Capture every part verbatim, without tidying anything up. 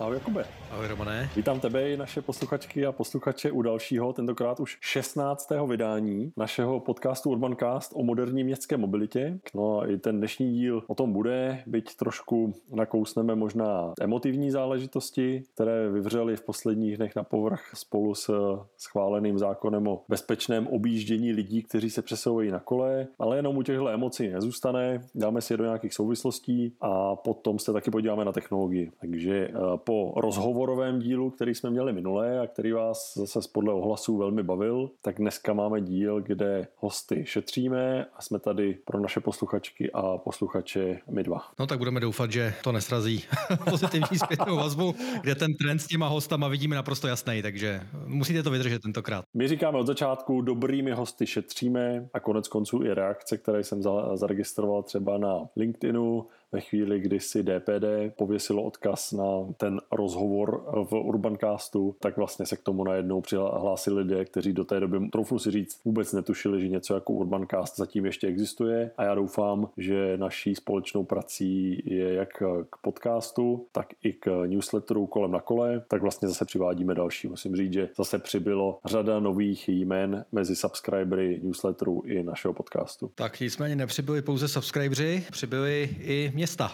Ahoj Jakube. Ahoj Romane. Vítám tebe i naše posluchačky a posluchače u dalšího, tentokrát už šestnáctého vydání našeho podcastu Urbancast o moderní městské mobilitě. No a i ten dnešní díl o tom bude, byť trošku nakousneme možná emotivní záležitosti, které vyvřely v posledních dnech na povrch spolu s schváleným zákonem o bezpečném objíždění lidí, kteří se přesouvají na kole, ale jenom u těchto emocí nezůstane, dáme si je do nějakých souvislostí a potom se taky podíváme na technologii. Takže po rozhovorovém dílu, který jsme měli minule a který vás zase podle ohlasů velmi bavil, tak dneska máme díl, kde hosty šetříme a jsme tady pro naše posluchačky a posluchače my dva. No tak budeme doufat, že to nesrazí pozitivní zpětnou vazbu, kde ten trend s těma hostama vidíme naprosto jasný, takže musíte to vydržet tentokrát. My říkáme od začátku, dobrými hosty šetříme a konec konců i reakce, které jsem zaregistroval třeba na LinkedInu, ve chvíli, kdy si D P D pověsilo odkaz na ten rozhovor v Urbancastu, tak vlastně se k tomu najednou přihlásili lidé, kteří do té doby, troufnu si říct, vůbec netušili, že něco jako Urbancast zatím ještě existuje a já doufám, že naší společnou prací je jak k podcastu, tak i k newsletteru Kolem na kole, tak vlastně zase přivádíme další. Musím říct, že zase přibylo řada nových jmen mezi subscribery newsletteru i našeho podcastu. Tak nicméně nepřibyli pouze subscribeři, přibyli i města.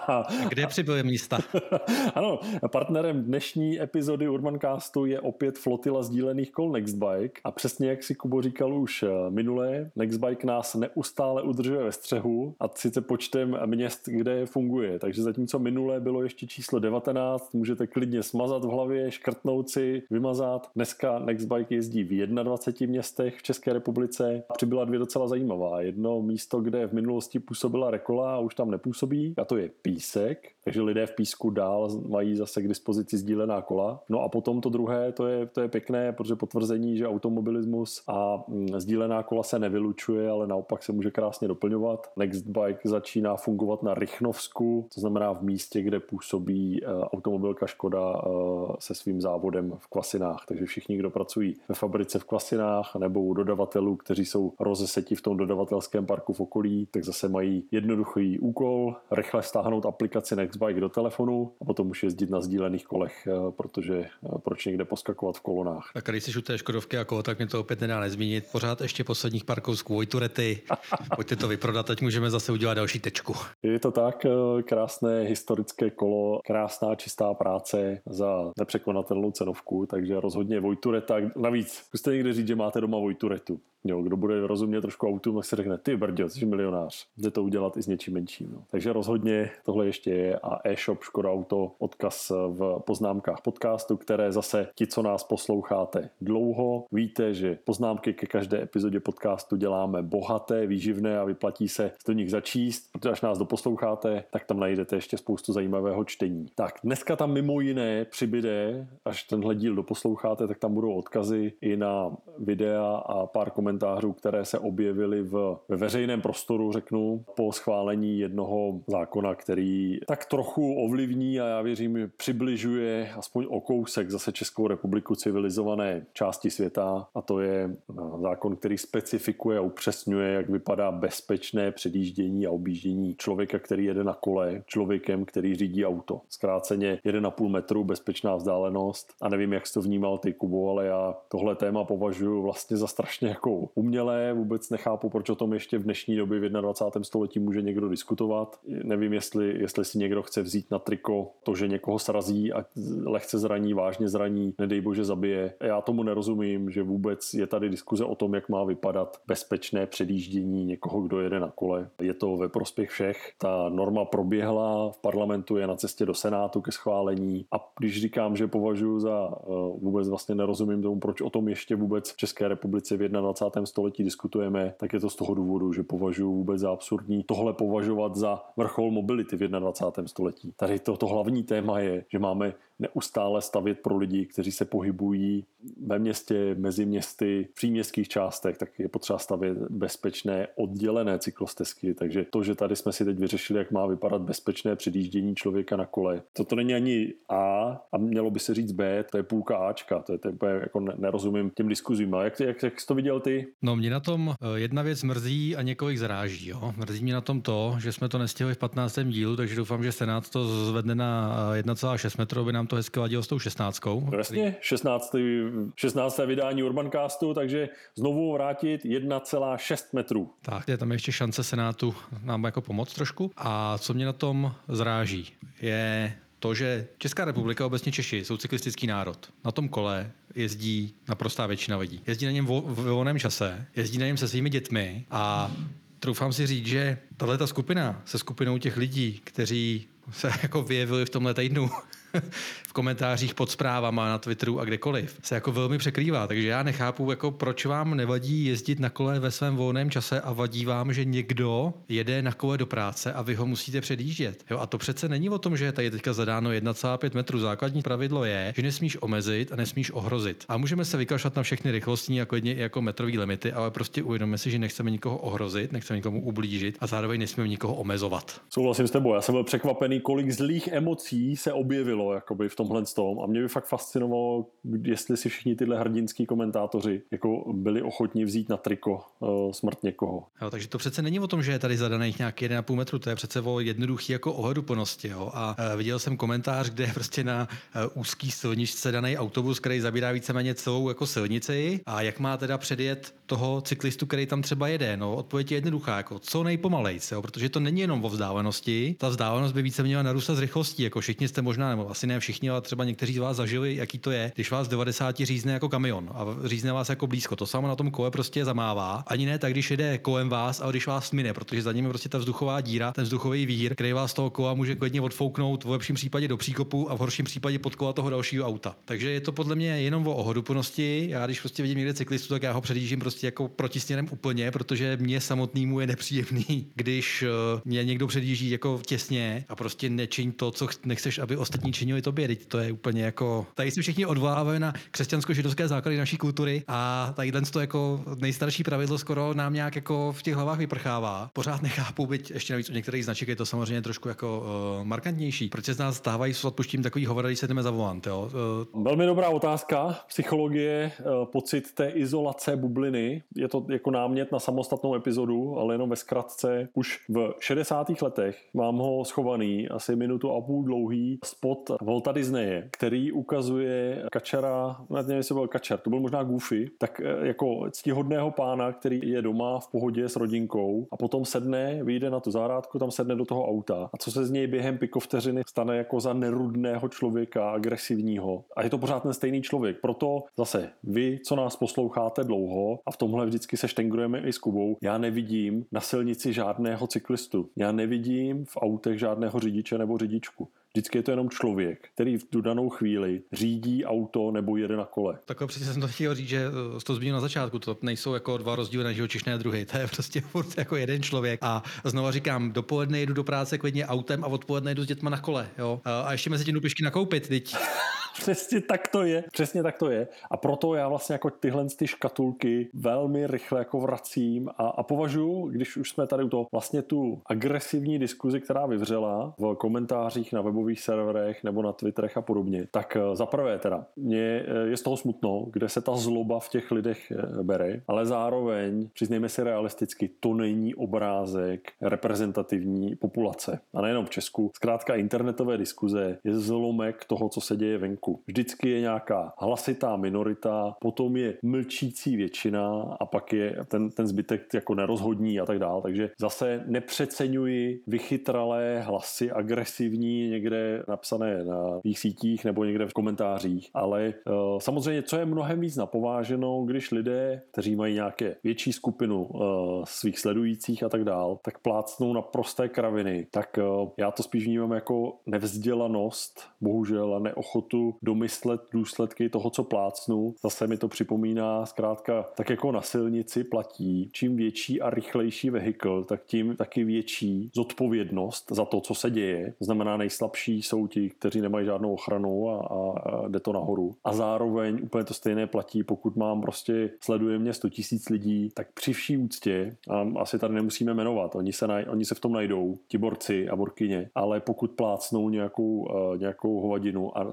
Kde přibyly města? Ano, partnerem dnešní epizody Urbancastu je opět flotila sdílených kol Nextbike a přesně jak si Kubo říkal už minule, Nextbike nás neustále udržuje ve střehu a sice počtem měst, kde funguje. Takže zatímco minule bylo ještě číslo devatenáct, můžete klidně smazat v hlavě, škrtnout si, vymazat. Dneska Nextbike jezdí v dvaceti jedné městech v České republice. Přibyla dvě docela zajímavá. Jedno místo, kde v minulosti působila Rekola a už tam nepůsobí, a to je Písek, takže lidé v Písku dál mají zase k dispozici sdílená kola. No a potom to druhé, to je, to je pěkné, protože potvrzení, že automobilismus a sdílená kola se nevylučuje, ale naopak se může krásně doplňovat. Nextbike začíná fungovat na Rychnovsku, to znamená v místě, kde působí automobilka Škoda se svým závodem v Kvasinách. Takže všichni, kdo pracují ve fabrice v Kvasinách nebo u dodavatelů, kteří jsou rozeseti v tom dodavatelském parku v okolí, tak zase mají jednoduchý úkol, rychle stáhnout aplikaci Nextbike do telefonu a potom už jezdit na sdílených kolech, protože proč někde poskakovat v kolonách. Tak když si u té Škodovky a kolo, tak mě to opět nedá nezmínit. Pořád ještě posledních pár kousků Vojturety. Pojďte to vyprodat, teď můžeme zase udělat další tečku. Je to tak, krásné historické kolo, krásná čistá práce za nepřekonatelnou cenovku, takže rozhodně Vojtureta. Navíc zkuste někde říct, že máte doma Vojturetu. Jo, kdo bude rozumět trošku autům, tak se řekne, ty brďo, jsi milionář. Jde to udělat i s něčím menším. No. Takže rozhodně tohle ještě je a e-shop Škoda Auto, odkaz v poznámkách podcastu, které zase ti, co nás posloucháte dlouho, víte, že poznámky ke každé epizodě podcastu děláme bohaté, výživné a vyplatí se do nich začíst, protože až nás doposloucháte, tak tam najdete ještě spoustu zajímavého čtení. Tak dneska tam mimo jiné přibyde, až tenhle díl doposloucháte, tak tam budou odkazy i na videa a pár komentářů, které se objevily v, ve veřejném prostoru, řeknu, po schválení jednoho zákona, který tak trochu ovlivní a já věřím, přibližuje aspoň o kousek zase Českou republiku civilizované části světa, a to je zákon, který specifikuje a upřesňuje, jak vypadá bezpečné předjíždění a objíždění člověka, který jede na kole, člověkem, který řídí auto. Zkráceně jeden a půl metru bezpečná vzdálenost a nevím, jak jsi to vnímal ty, Kubo, ale já tohle téma považuji vlastně za strašně jako umělé, vůbec nechápu, proč o tom ještě v dnešní době v dvacátém prvním století může někdo diskutovat. Nevím, jestli, jestli si někdo chce vzít na triko to, že někoho srazí a lehce zraní, vážně zraní, nedej bože zabije. Já tomu nerozumím, že vůbec je tady diskuze o tom, jak má vypadat bezpečné předjíždění někoho, kdo jede na kole. Je to ve prospěch všech. Ta norma proběhla v parlamentu, je na cestě do Senátu ke schválení a když říkám, že považuji za vůbec vlastně nerozumím tomu, proč o tom ještě vůbec v České republice v dvacátém prvním století diskutujeme, tak je to z toho důvodu, že považuji vůbec za absurdní tohle považovat za vrchol mobility v dvacátém prvním století. Tady to, to hlavní téma je, že máme neustále stavět pro lidi, kteří se pohybují ve městě, mezi městy, v příměstských částech, tak je potřeba stavět bezpečné oddělené cyklostezky. Takže to, že tady jsme si teď vyřešili, jak má vypadat bezpečné předjíždění člověka na kole, to, to není ani A a mělo by se říct B, to je půlka Ačka, to je, to je jako nerozumím těm diskuzím. A jak, jak, jak jsi to viděl ty? No mě na tom jedna věc mrzí a několik zaráží. Jo? Mrzí mě na tom to, že jsme to nestihli v patnáctém dílu, takže doufám, že Senát to zvedne na jedna celá šest metru, aby nám to hezky ladilo s tou šestnáctkou. No jasně, šestnácté vydání Urbancastu, takže znovu vrátit jedna celá šest metrů. Tak, je tam ještě šance Senátu nám jako pomoct trošku. A co mě na tom zráží, je to, že Česká republika, obecně Češi, jsou cyklistický národ. Na tom kole jezdí naprostá většina lidí. Jezdí na něm vo, v volném čase, jezdí na něm se svými dětmi a troufám si říct, že tahleta skupina se skupinou těch lidí, kteří se jako vyjevili v tomhle týdnu v komentářích pod zprávama na Twitteru a kdekoliv, se jako velmi překrývá. Takže já nechápu, jako proč vám nevadí jezdit na kole ve svém volném čase a vadí vám, že někdo jede na kole do práce a vy ho musíte předjíždět. Jo, a to přece není o tom, že je tady teďka zadáno jedna celá pět metru. Základní pravidlo je, že nesmíš omezit a nesmíš ohrozit. A můžeme se vykašlat na všechny rychlostní a klidně i jako metrový limity, ale prostě uvědomíme si, že nechceme nikoho ohrozit, nechceme nikomu ublížit a zároveň nesmíme nikoho omezovat. Souhlasím s tebou, já jsem byl překvapený, kolik zlých emocí se objevilo jakoby v tomhle tom. A mě by fakt fascinovalo, jestli si všichni tyhle hrdinský komentátoři jako byli ochotní vzít na triko uh, smrt někoho. Jo, takže to přece není o tom, že je tady zadaných nějaký jeden a půl metru, to je přece o jednoduchý jako ohleduplnosti. Jo. A uh, viděl jsem komentář, kde je prostě na uh, úzký silničce daný autobus, který zabírá víceméně celou jako silnici a jak má teda předjet toho cyklistu, který tam třeba jede. No, odpověď je jednoduchá, jako co nejpomalejc, jo, protože to není jenom o vzdálenosti. Ta vzdálenost by více měla narůstat s rychlostí, jako všichni jste možná, nebo asi ne všichni, ale třeba někteří z vás zažili, jaký to je, když vás devadesát řízne jako kamion a řízne vás jako blízko. To samo na tom kole prostě zamává. Ani ne tak, když jede kolem vás, ale když vás mine, protože za ním je prostě ta vzduchová díra, ten vzduchový vír, který vás z toho kola může klidně odfouknout v lepším případě do příkopu a v horším případě pod kola toho dalšího auta. Takže je to podle mě jenom o ohleduplnosti. Já když prostě vidím někde cyklistu, tak já ho předjíždím prostě jako protisměrem úplně, protože mě samotnému je nepříjemný, když mě někdo předjíždí jako těsně a prostě nečiň to, co nechceš, aby ostatní činili tobě. Teď to je úplně jako... Tady si všichni odvolávají na křesťansko-židovské základy naší kultury a tady to jako nejstarší pravidlo skoro nám nějak jako v těch hlavách vyprchává. Pořád nechápu, byť ještě navíc u některých značek je to samozřejmě trošku jako uh, markantnější. Proč se z nás stávají s odpuštím takový hovor, když se jdeme za volant, jo? Uh... Velmi dobrá otázka. Psychologie, uh, pocit té izolace bubliny. Je to jako námět na samostatnou epizodu, ale jenom ve zkratce. Už v šedesátých letech mám ho schovaný asi minutu a půl dlouhý spot Walta Disneye, který ukazuje kačera, nevím, jestli byl kačer, to byl možná Goofy, tak jako ctihodného pána, který je doma v pohodě s rodinkou a potom sedne, vyjde na tu zahrádku, tam sedne do toho auta a co se z něj během pikovteřiny stane jako za nerudného člověka, agresivního. A je to pořád ten stejný člověk. Proto zase vy, co nás posloucháte dlouho a v tomhle vždycky se štengrujeme i s Kubou, já nevidím na silnici žádného cyklistu. Já nevidím v autech žádného řidiče nebo řidičku. Vždycky je to jenom člověk, který v tu danou chvíli řídí auto nebo jede na kole. Takhle přesně jsem to chtěl říct, že to zmínil na začátku, to nejsou jako dva rozdíly na živočišné druhy, to je prostě furt jako jeden člověk. A znova říkám, dopoledne jedu do práce klidně autem a odpoledne jedu s dětma na kole, jo. A ještě mezi tím jdu pěšky nakoupit, teď. Přesně tak to je, přesně tak to je. A proto já vlastně jako tyhle ty škatulky velmi rychle jako vracím a, a považuji, když už jsme tady u toho, vlastně tu agresivní diskuzi, která vyvřela v komentářích na webových serverech nebo na Twitterech a podobně, tak za prvé teda, mě je z toho smutno, kde se ta zloba v těch lidech bere, ale zároveň, přiznejme si realisticky, to není obrázek reprezentativní populace. A nejenom v Česku. Zkrátka internetové diskuze je zlomek toho, co se děje venku. Vždycky je nějaká hlasitá minorita, potom je mlčící většina a pak je ten, ten zbytek jako nerozhodní a tak dál. Takže zase nepřeceňuji vychytralé hlasy, agresivní, někde napsané na svých sítích nebo někde v komentářích. Ale uh, samozřejmě, co je mnohem víc napováženou, když lidé, kteří mají nějaké větší skupinu uh, svých sledujících a tak dál, tak plácnou na prosté kraviny. Tak uh, já to spíš vnímám jako nevzdělanost, bohužel, a neochotu domyslet důsledky toho, co plácnu. Zase mi to připomíná zkrátka, tak jako na silnici platí, čím větší a rychlejší vehikl, tak tím taky větší zodpovědnost za to, co se děje. Znamená, nejslabší jsou ti, kteří nemají žádnou ochranu a, a, a jde to nahoru. A zároveň úplně to stejné platí, pokud mám prostě, sleduje mě sto tisíc lidí, tak při vší úctě, a asi tady nemusíme jmenovat, oni se, naj, oni se v tom najdou, ti borci a borkyně, ale pokud plácnou nějakou, uh, nějakou hovadinu a skutečně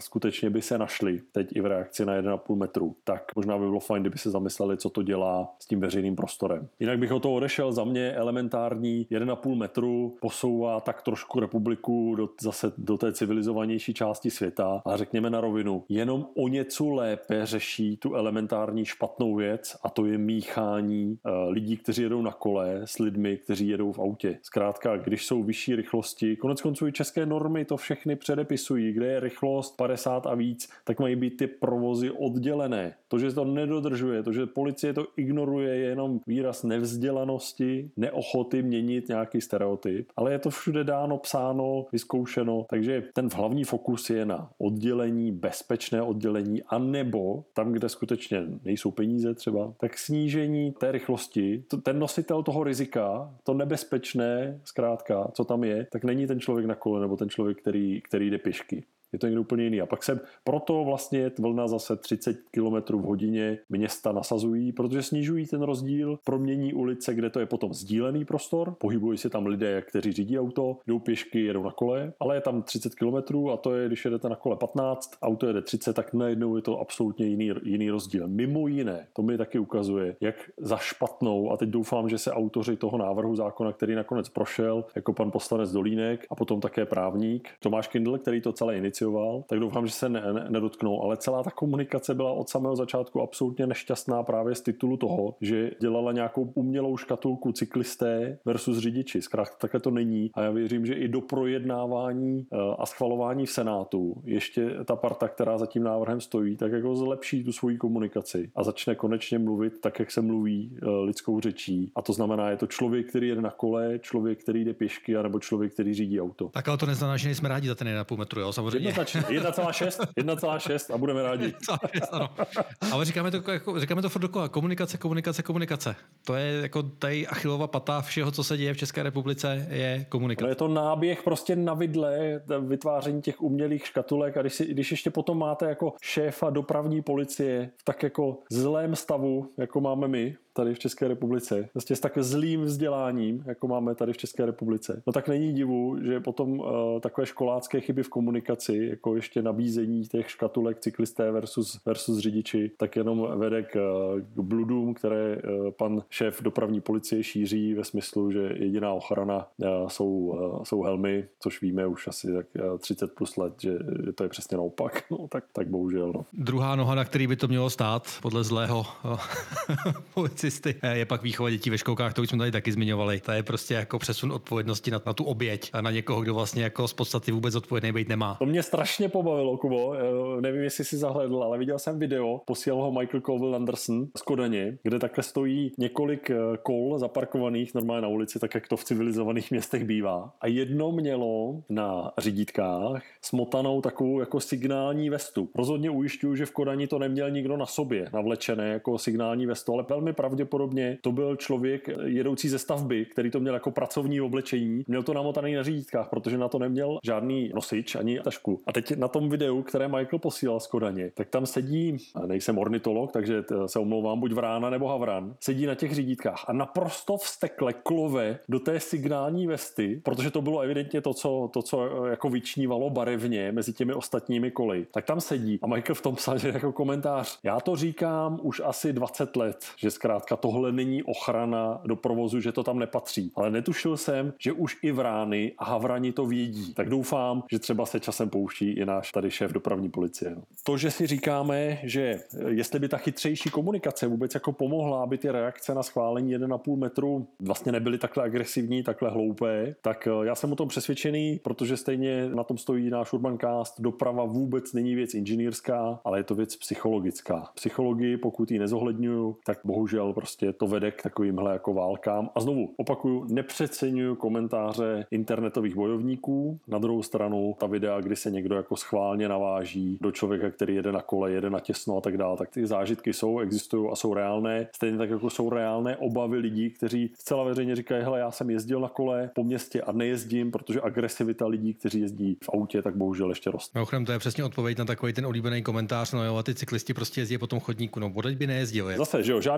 skutečně by se našli teď i v reakci na jeden a půl metru, tak možná by bylo fajn, kdyby se zamysleli, co to dělá s tím veřejným prostorem. Jinak bych o to odešel, za mě elementární jeden a půl metru posouvá tak trošku republiku do, zase do té civilizovanější části světa, a řekněme na rovinu, jenom o něco lépe řeší tu elementární špatnou věc, a to je míchání uh, lidí, kteří jedou na kole s lidmi, kteří jedou v autě. Zkrátka, když jsou vyšší rychlosti, konec konců i české normy to všechny předepisují, kde je rychlost padesát a víc, tak mají být ty provozy oddělené. To, že to nedodržuje, to, že policie to ignoruje, je jenom výraz nevzdělanosti, neochoty měnit nějaký stereotyp, ale je to všude dáno, psáno, vyzkoušeno, takže ten hlavní fokus je na oddělení, bezpečné oddělení, anebo tam, kde skutečně nejsou peníze třeba, tak snížení té rychlosti. Ten nositel toho rizika, to nebezpečné, zkrátka, co tam je, tak není ten člověk na kole nebo ten člověk, který, který jde pěšky. Je to někdo úplně jiný. A pak se proto vlastně vlna zase třicet kilometrů v hodině města nasazují, protože snižují ten rozdíl, promění ulice, kde to je potom sdílený prostor, pohybují se tam lidé, kteří řídí auto, jdou pěšky, jedou na kole, ale je tam třicet kilometrů a to je, když jedete na kole patnáct, auto jede třicet, tak najednou je to absolutně jiný, jiný rozdíl. Mimo jiné, to mi taky ukazuje, jak za špatnou, a teď doufám, že se autoři toho návrhu zákona, který nakonec prošel, jako pan poslanec Dolínek a potom také právník Tomáš Kindl, který to celé inicioval, tak doufám, že se ne, ne, nedotknou, ale celá ta komunikace byla od samého začátku absolutně nešťastná právě z titulu toho, že dělala nějakou umělou škatulku cyklisté versus řidiči. Zkrátka takhle to není a já věřím, že i do projednávání a schvalování v Senátu ještě ta parta, která za tím návrhem stojí, tak jako zlepší tu svoji komunikaci a začne konečně mluvit tak, jak se mluví lidskou řečí. A to znamená, je to člověk, který jede na kole, člověk, který jde pěšky, anebo člověk, který řídí auto. Tak ale to neznamená, že nejsme rádi za ten jeden a půl metru, jo, samozřejmě. jedna celá šest jedna celá šest a budeme rádi. Ano. Ale říkáme to, jako, říkáme to furt dokola. Komunikace, komunikace, komunikace. To je jako tady Achillova pata všeho, co se děje v České republice, je komunikace. No je to náběh prostě na vidle, vytváření těch umělých škatulek, a když, si, když ještě potom máte jako šéfa dopravní policie v tak jako zlém stavu, jako máme my tady v České republice, vlastně s tak zlým vzděláním, jako máme tady v České republice, no tak není divu, že potom uh, takové školácké chyby v komunikaci, jako ještě nabízení těch škatulek cyklisté versus, versus řidiči, tak jenom vede k, k bludům, které uh, pan šéf dopravní policie šíří ve smyslu, že jediná ochrana uh, jsou, uh, jsou helmy, což víme už asi tak uh, třicet plus let, že, že to je přesně naopak. No, tak, tak bohužel. No. Druhá noha, na který by to mělo stát, podle zlého uh, policisty, je pak výchova dětí ve školkách, to už jsme tady taky zmiňovali. To je prostě jako přesun odpovědnosti na, na tu oběť a na někoho, kdo vlastně jako z podstaty vůbec odpovědný být nemá. To mě strašně pobavilo, Kubo. Nevím, jestli jsi zahledl, ale viděl jsem video, posílal ho Michael Colville Anderson z Kodaně, kde takhle stojí několik kol zaparkovaných normálně na ulici, tak jak to v civilizovaných městech bývá. A jedno mělo na řídítkách smotanou takovou jako signální vestu. Rozhodně ujišťuju, že v Kodani to neměl nikdo na sobě navlečené jako signální vestu, ale velmi pravděpodobně to byl člověk jedoucí ze stavby, který to měl jako pracovní oblečení. Měl to namotaný na řídítkách, protože na to neměl žádný nosič ani tašku. A teď na tom videu, které Michael posílal z Kodaně, tak tam sedí, nejsem ornitolog, takže se omlouvám, buď vrána nebo havran, sedí na těch řídítkách a naprosto vztekle klove do té signální vesty, protože to bylo evidentně to, co, to, co jako vyčnívalo barevně mezi těmi ostatními koly. Tak tam sedí a Michael v tom psal jako komentář: já to říkám už asi dvacet let, že zkrátka tohle není ochrana do provozu, že to tam nepatří. Ale netušil jsem, že už i vrány a havrani to vědí. Tak doufám, že třeba se časem pouští i náš tady šéf dopravní policie. To, že si říkáme, že jestli by ta chytřejší komunikace vůbec jako pomohla, aby ty reakce na schválení jeden a půl metru vlastně nebyly takhle agresivní, takhle hloupé, tak já jsem o tom přesvědčený, protože stejně na tom stojí náš Urbancast. Doprava vůbec není věc inženýrská, ale je to věc psychologická. Psychologii, pokud ji nezohledňuju, tak bohužel prostě to vede k takovýmhle jako válkám. A znovu opakuju, nepřeceňuju komentáře internetových bojovníků. Na druhou stranu ta videa, kdy se někdo jako schválně naváží do člověka, který jede na kole, jede na těsno a tak dále, tak ty zážitky jsou, existují a jsou reálné. Stejně tak jako jsou reálné obavy lidí, kteří zcela veřejně říkají: hele, já jsem jezdil na kole po městě a nejezdím, protože agresivita lidí, kteří jezdí v autě, tak bohužel ještě roste. Mimochodem, to je přesně odpověď na takový ten oblíbený komentář: no jo, a ty cyklisti prostě jezdí po tom chodníku, no bodeď by nejezdili. Zase, že jo, žádný cyklista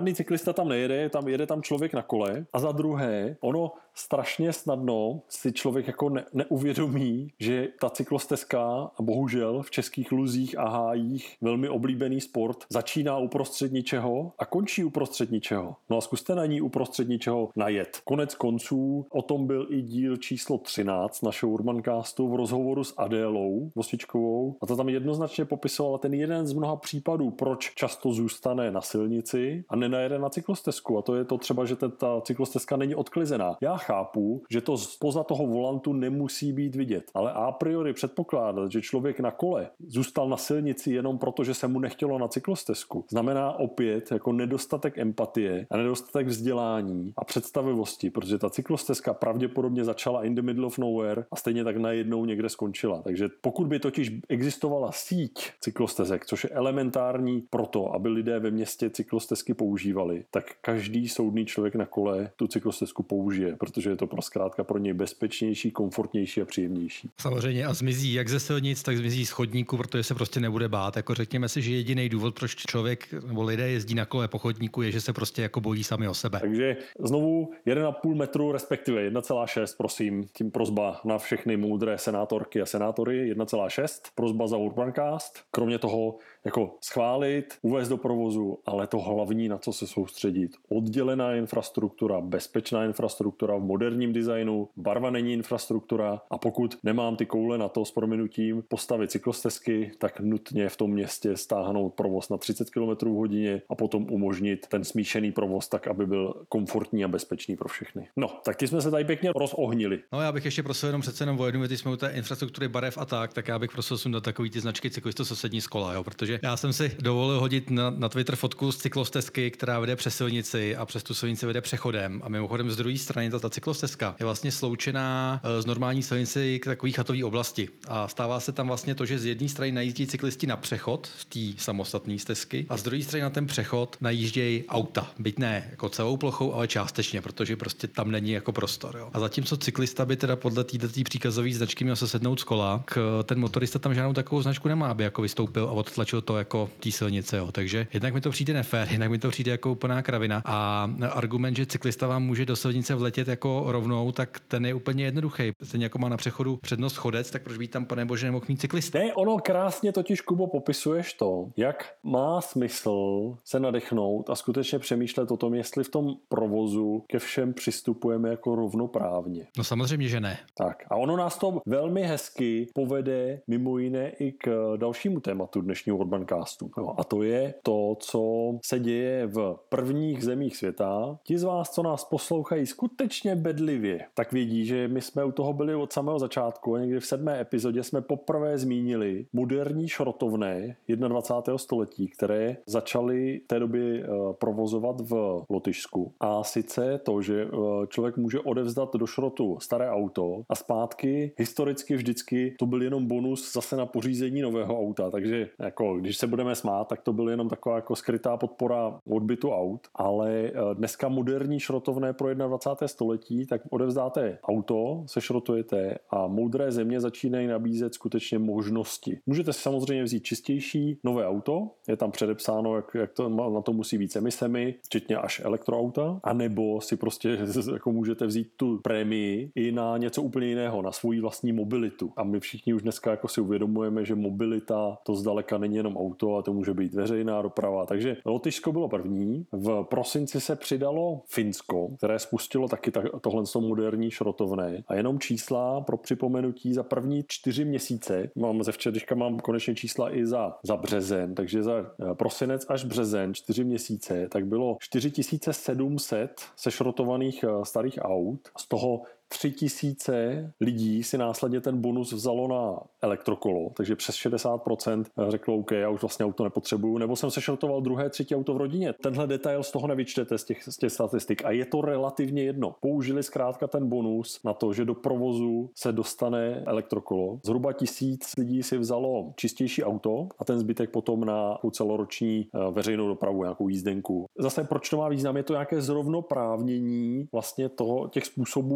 cyklista tam nejede, tam jede tam člověk na kole a za druhé, ono strašně snadno si člověk jako ne, neuvědomí, že ta cyklostezka a bohužel v českých luzích a hájích velmi oblíbený sport začíná uprostřed ničeho a končí uprostřed ničeho. No a zkuste na ní uprostřed ničeho najet. Konec konců o tom byl i díl číslo třináct našeho Urbancastu v rozhovoru s Adélou Vosvičkovou a to tam jednoznačně popisovala ten jeden z mnoha případů, proč často zůstane na silnici a nenajede na cyklostezku. A to je to třeba, že ta cyklostezka není odklizená. Já chápu, že to spoza toho volantu nemusí být vidět, ale a priori předpokládat, že člověk na kole zůstal na silnici jenom proto, že se mu nechtělo na cyklostezku, znamená opět jako nedostatek empatie a nedostatek vzdělání a představivosti, protože ta cyklostezka pravděpodobně začala in the middle of nowhere a stejně tak najednou někde skončila. Takže pokud by totiž existovala síť cyklostezek, což je elementární proto, aby lidé ve městě cyklostezky používali, tak každý soudný člověk na kole tu cyklostezku použije, protože je to pro zkrátka pro něj bezpečnější, komfortnější a příjemnější. Samozřejmě a zmizí jak ze silnic, tak zmizí z chodníku, protože se prostě nebude bát. Jako řekněme si, že jediný důvod, proč člověk nebo lidé jezdí na kole po chodníku, je, že se prostě jako bojí sami o sebe. Takže znovu jeden a půl metru, respektive jedna celá šest, prosím, tím prosba na všechny moudré senátorky a senátory, jedna celá šest, prosba za Urbancast. Kromě toho jako schválit, uvést do provozu, ale to hlavní, na co se soustředit. Oddělená infrastruktura, bezpečná infrastruktura v moderním designu, barva není infrastruktura a pokud nemám ty koule na to s prominutím postavit cyklostezky, tak nutně v tom městě stáhnout provoz na třicet kilometrů v hodině a potom umožnit ten smíšený provoz tak, aby byl komfortní a bezpečný pro všechny. No, tak ty jsme se tady pěkně rozohnili. No, já bych ještě prosil jenom přece jenom o jednu věc, jsme u té infrastruktury barev a tak, tak já bych prosil sundat takový ty značky cyklisto sousední z kola, jo, protože já jsem si dovolil hodit na, na Twitter fotku z cyklostezky, která vede přes silnici a přes tu silnici vede přechodem. A mimochodem z druhé strany ta, ta cyklostezka je vlastně sloučená z normální silnici k takové chatové oblasti. A stává se tam vlastně to, že z jedné strany najíždí cyklisti na přechod v té samostatné stezky a z druhé strany na ten přechod najíždějí auta. Byť ne jako celou plochou, ale částečně, protože prostě tam není jako prostor. Jo. A zatímco cyklista by teda podle této příkazové značky měl se sednout z kola, k, ten motorista tam žádnou takovou značku nemá, aby jako vystoupil a odtlačil to jako té silnice. Jo. Takže jednak mi to přijde nefér, jednak mi to přijde jako úplná kravina. A argument, že cyklista vám může do silnice vletět jako rovnou, tak ten je úplně jednoduchý. Stejně jako má na přechodu přednost chodec, tak proč by tam, pane bože, nemohl mít cyklista? Ne, ono krásně totiž, Kubo, popisuješ to, jak má smysl se nadechnout a skutečně přemýšlet o tom, jestli v tom provozu ke všem přistupujeme jako rovnoprávně. No samozřejmě, že ne. Tak a ono nás to velmi hezky povede mimo jiné i k dalšímu tématu dnešního Urbancastu. No, a to je to, co se děje v prvních zemích světa. Ti z vás, co nás poslouchají skutečně bedlivě, tak vědí, že my jsme u toho byli od samého začátku. Někdy v sedmé epizodě jsme poprvé zmínili moderní šrotovné dvacátého prvního století, které začaly v té době provozovat v Lotyšsku. A sice to, že člověk může odevzdat do šrotu staré auto a zpátky historicky vždycky to byl jenom bonus zase na pořízení nového auta. Takže jako, když se budeme smát, tak to byl jenom taková jako skrytá podpora odbytu aut. Ale dneska moderní šrotovné pro dvacátého prvního století, tak odevzdáte auto, sešrotujete a moudré země začínají nabízet skutečně možnosti. Můžete si samozřejmě vzít čistější nové auto, je tam předepsáno, jak, jak to na to musí být s emisemi, včetně až elektroauta, anebo si prostě jako můžete vzít tu prémii i na něco úplně jiného, na svoji vlastní mobilitu. A my všichni už dneska jako si uvědomujeme, že mobilita to zdaleka není jenom auto, a to může být veřejná doprava. Takže Lotyšsko bylo první. V prosinci se přidalo Finsko, které spustilo taky tohle moderní šrotovné. A jenom čísla pro připomenutí za první čtyři měsíce, mám ze včerejška mám konečně čísla i za, za březen, takže za prosinec až březen, čtyři měsíce, tak bylo čtyři tisíce sedm set sešrotovaných starých aut, z toho tři tisíce lidí si následně ten bonus vzalo na elektrokolo, takže přes šedesát procent řeklo, OK, já už vlastně auto nepotřebuju, nebo jsem sešrotoval druhé, třetí auto v rodině. Tenhle detail z toho nevyčtete z těch, z těch statistik a je to relativně jedno. Použili zkrátka ten bonus na to, že do provozu se dostane elektrokolo. Zhruba tisíc lidí si vzalo čistější auto a ten zbytek potom na celoroční veřejnou dopravu, nějakou jízdenku. Zase proč to má význam? Je to nějaké zrovnoprávnění vlastně toho, těch způsobů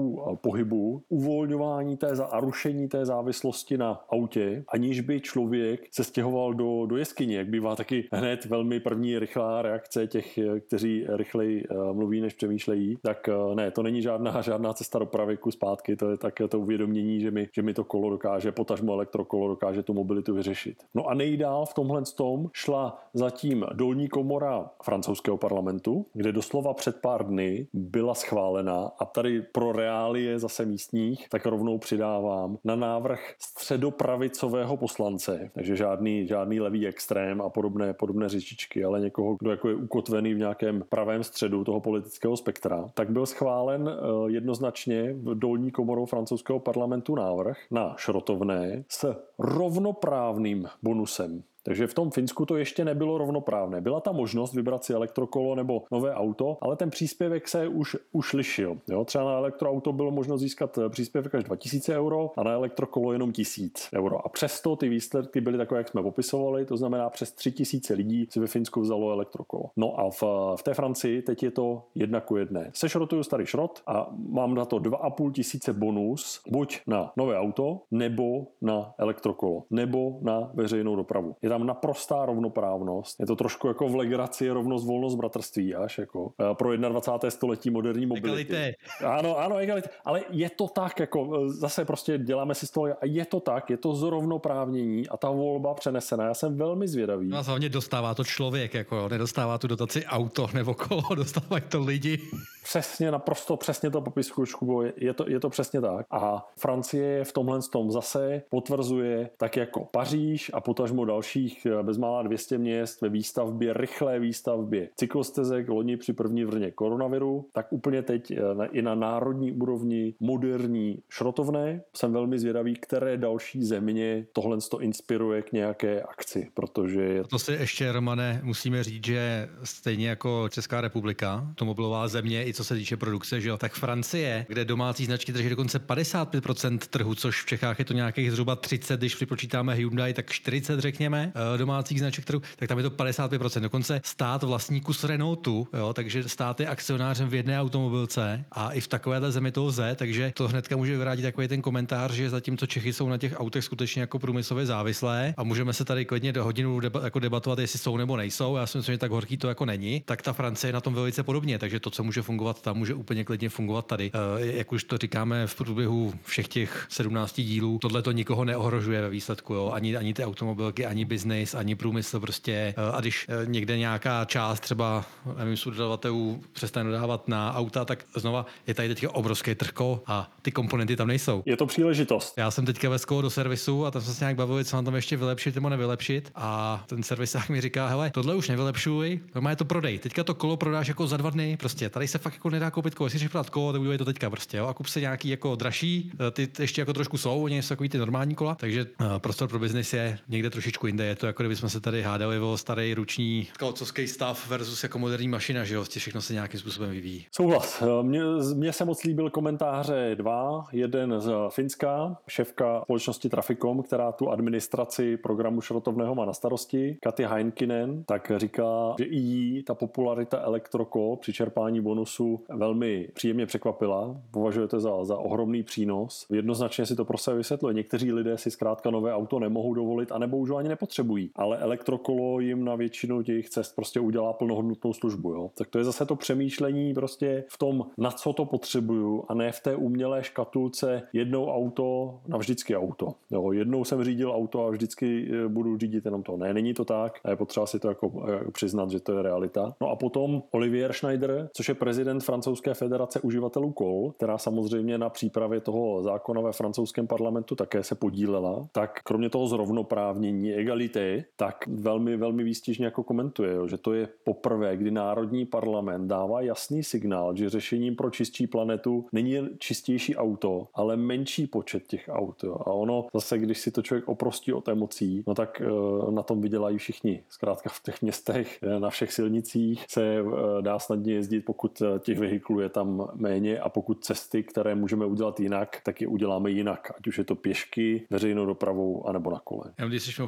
pohybu, uvolňování té a rušení té závislosti na autě, aniž by člověk se stěhoval do, do jeskyně, jak bývá taky hned velmi první rychlá reakce těch, kteří rychleji mluví, než přemýšlejí. Tak ne, to není žádná, žádná cesta do pravěku zpátky, to je také to uvědomění, že mi, že mi to kolo dokáže, potažmo elektrokolo dokáže tu mobilitu vyřešit. No a nejdál v tomhle tom šla zatím dolní komora francouzského parlamentu, kde doslova před pár dny byla schválena, a tady pro reálie zase místních, tak rovnou přidávám, na návrh středopravicového poslance, takže žádný, žádný levý extrém a podobné, podobné řečičky, ale někoho, kdo jako je ukotvený v nějakém pravém středu toho politického spektra, tak byl schválen jednoznačně v dolní komorou francouzského parlamentu návrh na šrotovné s rovnoprávným bonusem. Takže v tom Finsku to ještě nebylo rovnoprávné. Byla ta možnost vybrat si elektrokolo nebo nové auto, ale ten příspěvek se už, už lišil. Jo? Třeba na elektroauto bylo možno získat příspěvek až dva tisíce euro a na elektrokolo jenom tisíc euro. A přesto ty výsledky byly takové, jak jsme popisovali, to znamená přes tři tisíce lidí si ve Finsku vzalo elektrokolo. No a v, v té Francii teď je to jedna ku jedné. Sešrotuju starý šrot a mám na to dva a půl tisíce bonus buď na nové auto, nebo na elektrokolo, nebo na veřejnou dopravu. Je tam naprostá rovnoprávnost. Je to trošku jako v legraci rovnost, volnost, bratrství až jako pro dvacátého prvního století moderní mobility. Egalite. Ano, ano, egalite. Ale je to tak, jako zase prostě děláme si z toho, a je to tak, je to zrovnoprávnění a ta volba přenesená. Já jsem velmi zvědavý. No a hlavně dostává to člověk, jako nedostává tu dotaci auto nebo kolo, dostávají to lidi. Přesně, naprosto přesně to popisku, Škubo, je to, je to přesně tak. A Francie v tomhle tom zase potvrzuje, tak jako Paříž a potažmo dalších bezmála dvě stě měst ve výstavbě, rychlé výstavbě cyklostezek loni při první vlně koronaviru, tak úplně teď i na národní úrovni moderní šrotovné. Jsem velmi zvědavý, které další země tohle to inspiruje k nějaké akci, protože... To si ještě, Romane, musíme říct, že stejně jako Česká republika, to mobilová země, i co se týče produkce, že jo, tak Francie, kde domácí značky drží dokonce padesát pět procent trhu, což v Čechách je to nějakých zhruba třicet, když připočítáme Hyundai, tak čtyřicet, řekněme, domácích značek trhu, tak tam je to padesát pět procent. Dokonce stát vlastní kus Renaultu, jo, takže stát je akcionářem v jedné automobilce a i v takovéhle zemi to lze, takže to hnedka může vyvrátit takový ten komentář, že zatímco Čechy jsou na těch autech skutečně jako průmyslově závislé a můžeme se tady klidně do hodinu deba- jako debatovat, jestli jsou nebo nejsou. Já si myslím, že tak horký to jako není. Tak ta Francie je na tom velice podobně, takže to, co může fungovat tam, může úplně klidně fungovat tady. E, jak už to říkáme v průběhu všech těch sedmnácti dílů, tohle to nikoho neohrožuje ve výsledku, jo? Ani, ani ty automobilky, ani biznis, ani průmysl prostě. E, a když e, někde nějaká část třeba, nevím, dodavatelů přestane dodávat na auta, tak znova je tady teďka obrovský trhko a ty komponenty tam nejsou. Je to příležitost. Já jsem teďka vezl do servisu a tam jsme se nějak bavili, co mám tam ještě vylepšit nebo nevylepšit. A ten servisák mi říká, hele, tohle už nevylepšuj, normálně to prodej. Teďka to kolo prodáš jako za dva dny, prostě. Tady se fakt jako nedá koupit kolo. Jestli chceš prodat kolo, tak udělej to teďka prostě, jo. A kup se nějaký jako dražší, ty ještě jako trošku jsou, oni jsou takový ty normální kola, takže uh, prostor pro biznis je někde trošičku jinde. Je to jako kdybychom se tady hádali o starý ruční kalcovský stav versus jako moderní mašina, že jo, všechno se nějakým způsobem vyvíjí. Souhlas. Mně, mně se moc líbil komentáře dva. Jeden z Finska, šéfka společnosti Traficom, která tu administraci programu šrotovného má na starosti, Kati Heinkinen, tak říká, že i jí ta popularita elektrokol při čerpání bonusu velmi příjemně překvapila. Považuje to za, za ohromný přínos. Jednoznačně si to pro sebe vysvětluje. Někteří lidé si zkrátka nové auto nemohou dovolit a nebo už ho ani nepotřebují. Ale elektrokolo jim na většinu těch cest prostě udělá plnohodnotnou službu. Jo? Tak to je zase to přemýšlení prostě v tom, na co to potřebuju, a ne v té umělé škatulce jednou auto, navždycky auto. Jo? Jednou jsem řídil auto a vždycky budu řídit jenom to. Ne, není to tak. A je potřeba si to jako, jako přiznat, že to je realita. No a potom Olivier Schneider, což je prezident francouzské federace uživatelů kol, která samozřejmě na přípravě toho zákona ve francouzském parlamentu také se podílela, tak kromě toho zrovnoprávnění, egality, tak velmi, velmi výstižně jako komentuje, jo, že to je poprvé, kdy národní parlament dává jasný signál, že řešením pro čistší planetu není čistější auto, ale menší počet těch aut. Jo. A ono zase, když si to člověk oprostí od emocí, no tak e, na tom vydělají všichni. Zkrátka v těch městech, na všech silnicích se e, dá snadně jezdit, pokud těch vehiklů je tam méně, a pokud cesty, které můžeme udělat jinak, tak je uděláme jinak. Ať už je to pěšky, veřejnou dopravou, anebo na kole. Já když jsi mimochodem u těch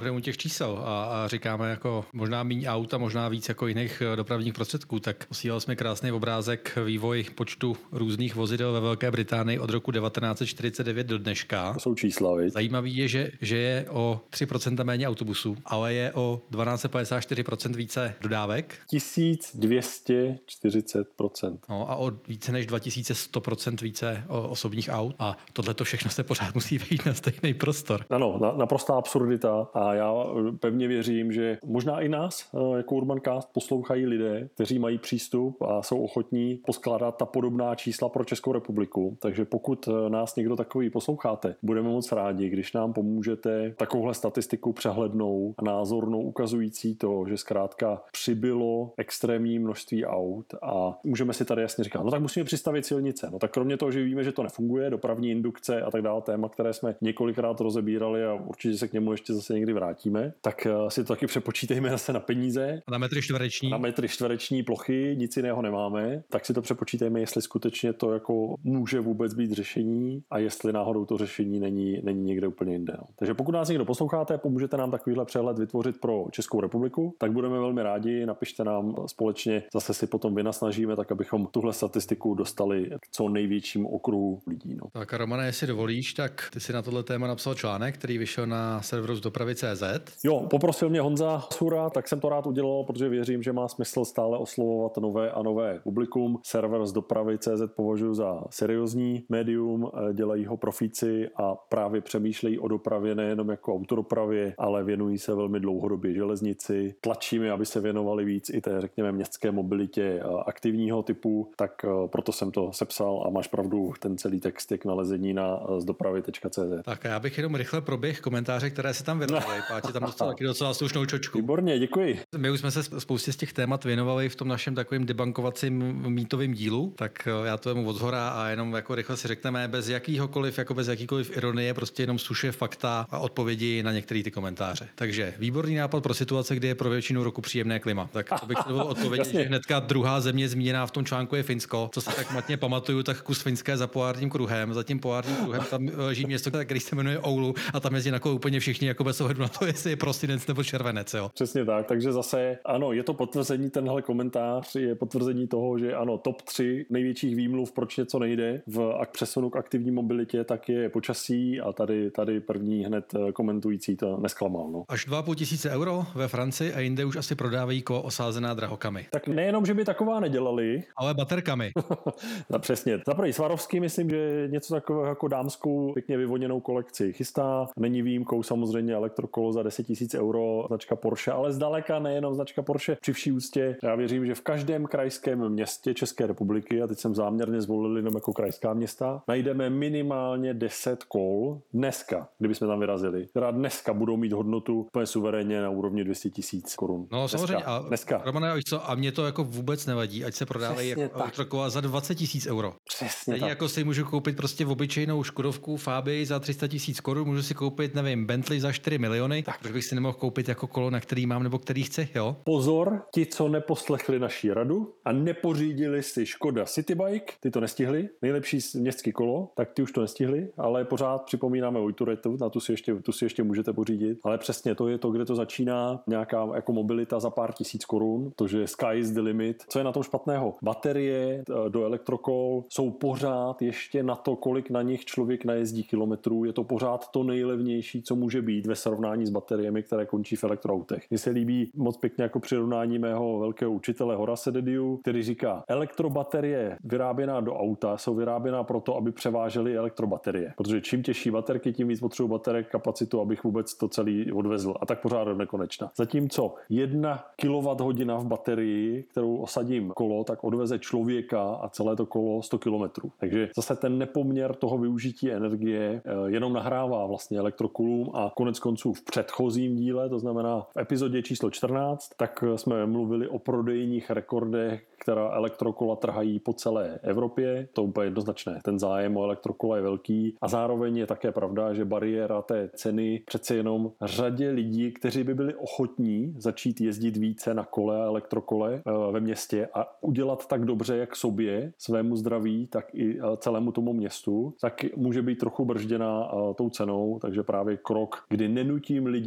čísel a, a říkáme jako možná míň aut a možná víc jako jiných dopravních prostředků, tak posílali jsme krásný obrázek vývoj počtu různých vozidel ve Velké Británii od roku devatenáct set čtyřicet devět do dneška. To jsou čísla, viď? Zajímavý je, že, že je o tři procenta méně autobusů, ale je o dvanáct set padesát čtyři procent více dodávek. tisíc dvě stě čtyřicet procent. No a o více než dva tisíce sto procent více osobních aut a tohle to všechno se pořád musí vejít na stejný prostor. Ano, na, naprostá absurdita a já pevně věřím, že možná i nás jako Urbancast poslouchají lidé, kteří mají přístup a jsou ochotní poskládat ta podobná čísla pro Českou republiku. Takže pokud nás někdo takový posloucháte, budeme moc rádi, když nám pomůžete takovouhle statistiku přehlednou a názornou ukazující to, že zkrátka přibylo extrémní množství aut a můžeme si tady jasně říkat, no tak musíme přistavit silnice. No tak kromě toho, že víme, že to nefunguje, dopravní indukce a tak dále, téma, které jsme několikrát rozebírali a určitě se k němu ještě zase někdy vrátíme, tak si to taky přepočítejme zase na peníze. Na metry čtvereční. Na metry čtvereční plochy, nic jiného nemáme, tak si to přepočítejme, jestli skutečně to jako může vůbec být řešení a jestli náhodou to řešení není, není někde úplně jinde. No. Takže pokud nás někdo posloucháte, pomůžete nám takovýhle přehled vytvořit pro Českou republiku, tak budeme velmi rádi, napište nám společně, zase si potom vynasnažíme, tak abychom tuhle statistiku dostali k co největšímu okruhu lidí. No. Tak Romane, jestli dovolíš, tak ty si na tohle téma napsal článek, který vyšel na serveru z dopravy tečka cé zet. Jo, poprosil mě Honza Sura, tak jsem to rád udělal, protože věřím, že má smysl stále oslovovat nové a nové publikum. Server z dopravy tečka cé zet považuji za seriózní médium, dělají ho profíci a právě přemýšlejí o dopravě nejenom jako autodopravě, ale věnují se velmi dlouhodobě železnici. Tlačíme, aby se věnovali víc i té, řekněme, městské mobilitě aktivního typu, tak proto jsem to sepsal a máš pravdu, ten celý text je k nalezení na z dopravy tečka cé zet. Tak a já bych jenom rychle proběh komentáře, které se tam vyrvaly. Páči tam dostal taky docela slušnou čočku. Výborně, děkuji. My už jsme se spoustě z těch témat věnovali v tom našem takovým debankovacím mýtovým dílu, tak já to vemu odzhora a jenom jako rychle si řekneme bez jakýhokoliv, jako bez jakýkoliv ironie, prostě jenom suše fakta a odpovědi na některé ty komentáře. Takže výborný nápad pro situace, kdy je pro většinu roku příjemné klima. Tak to bych chtěl odpovědět, že hnedka druhá země zmíněná v tom článku je Finsko. Co se tak matně pamatuju, tak kus Finské za polárním kruhem, za tím polárním kruhem tam leží město, které se jmenuje Oulu a tam jezdí na kolo úplně všichni jako bez ohledu na to, jestli je prosinec nebo červenec, jo. Přesně tak, takže zase ano, je to potvrzení, tenhle komentář je potvrzení toho, že ano, top tři největších výmluv, proč něco nejde v ak přesunu k aktivní mobilitě, tak je počasí a tady, tady první hned komentující to nesklamal. No. Až dva a půl tisíce euro ve Francii a jinde už asi prodávají kola osázená drahokamy. Tak nejenom, že by taková nedělali, ale baterkami. no, přesně. Za první Swarovski, myslím, že něco takového jako dámskou pěkně vyvoněnou kolekci chystá. Není výjimkou samozřejmě elektrokolo za deset tisíc euro, značka Porsche, ale zdaleka nejenom značka Porsche. Při vší úctě, já věřím, že v každém krajském městě České republiky, a teď jsem záměrně zvolil jenom jako krajská města, najdeme minimálně deset kol dneska, kdybychom tam vyrazili, která dneska budou mít hodnotu úplně suverénně na úrovni dvě stě tisíc korun. No dneska. samozřejmě. A dneska. Romane, co? A mě to jako vůbec nevadí, ať se prodávají jako elektrokola za dvacet tisíc euro. Přesně Teď tak. jako si můžu koupit prostě v obyčejnou Škodovku Fabii za tři sta tisíc korun, můžu si koupit, nevím, Bentley za čtyři miliony, tak proč bych si nemohl koupit jako kolo, na který mám nebo který chci, jo? Pozor, ti, co neposlechli naší radu a nepořídili si Škoda Citybike, ty to nestihli, nejlepší městský kolo, tak ty už to nestihli, ale pořád připomínáme Vojturetu, na tu si ještě, tu si ještě můžete pořídit, ale přesně to je to, kde to začíná, nějaká jako mobilita za pár tisíc korun, to, že sky is the limit. Co je na tom špatného? Baterie do elektrokol jsou pořád ještě na to, kolik na nich člověk najezdí kilometrů, je to pořád to nejlevnější, co může být ve srovnání s bateriemi, které končí v elektroautech. Mně se líbí moc pěkně jako přirovnání mého velkého učitele Horace Dediu, který říká, elektrobaterie vyráběná do auta jsou vyráběná proto, aby převážely elektrobaterie. Protože čím těžší baterky, tím víc potřebuji baterek kapacitu, abych vůbec to celý odvezl. A tak pořád do nekonečna. Zatímco jedna kilowatthodina v baterii, kterou osadím kolo, tak odveze člověka a celé to kolo sto kilometrů. Takže zase ten nepoměr toho využití energie jenom nahrává vlastně elektrokulům a konec konců v předchozím díle, to znamená v epizodě číslo čtrnáct, tak jsme mluvili o prodejních rekordech, která elektrokola trhají po celé Evropě. To úplně jednoznačné. Ten zájem o elektrokola je velký a zároveň je také pravda, že bariéra té ceny přece jenom řadě lidí, kteří by byli ochotní začít jezdit více na kole a elektrokole ve městě a udělat tak dobře jak sobě, svému zdraví, tak i celému tomu městu, tak může být trochu bržděná tou cenou, takže právě krok, kdy nenutím lidi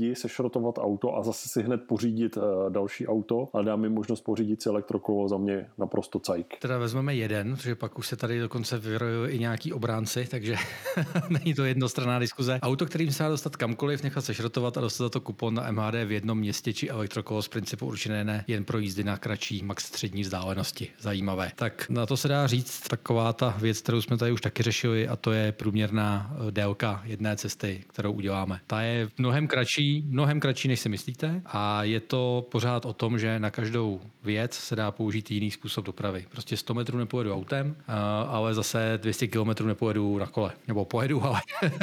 lidi sešrotovat auto a zase si hned pořídit další auto, ale dám jim možnost pořídit si elektrokolo, za mě naprosto cajk. Teda vezmeme jeden, protože pak už se tady dokonce vyrojují i nějaký obránci, takže není to jednostranná diskuze. Auto, kterým se dá dostat kamkoliv, nechat sešrotovat a dostat za to kupon na M H D v jednom městě či elektrokolo z principu určené ne jen pro jízdy na kratší max střední vzdálenosti. Zajímavé. Tak na to se dá říct taková ta věc, kterou jsme tady už taky řešili, a to je průměrná délka jedné cesty, kterou uděláme. Ta je mnohem kratší, mnohem kratší, než si myslíte, a je to pořád o tom, že na každou věc se dá použít jiný způsob dopravy. Prostě sto metrů nepojedu autem, ale zase dvě stě kilometrů nepojedu na kole. Nebo pojedu, ale...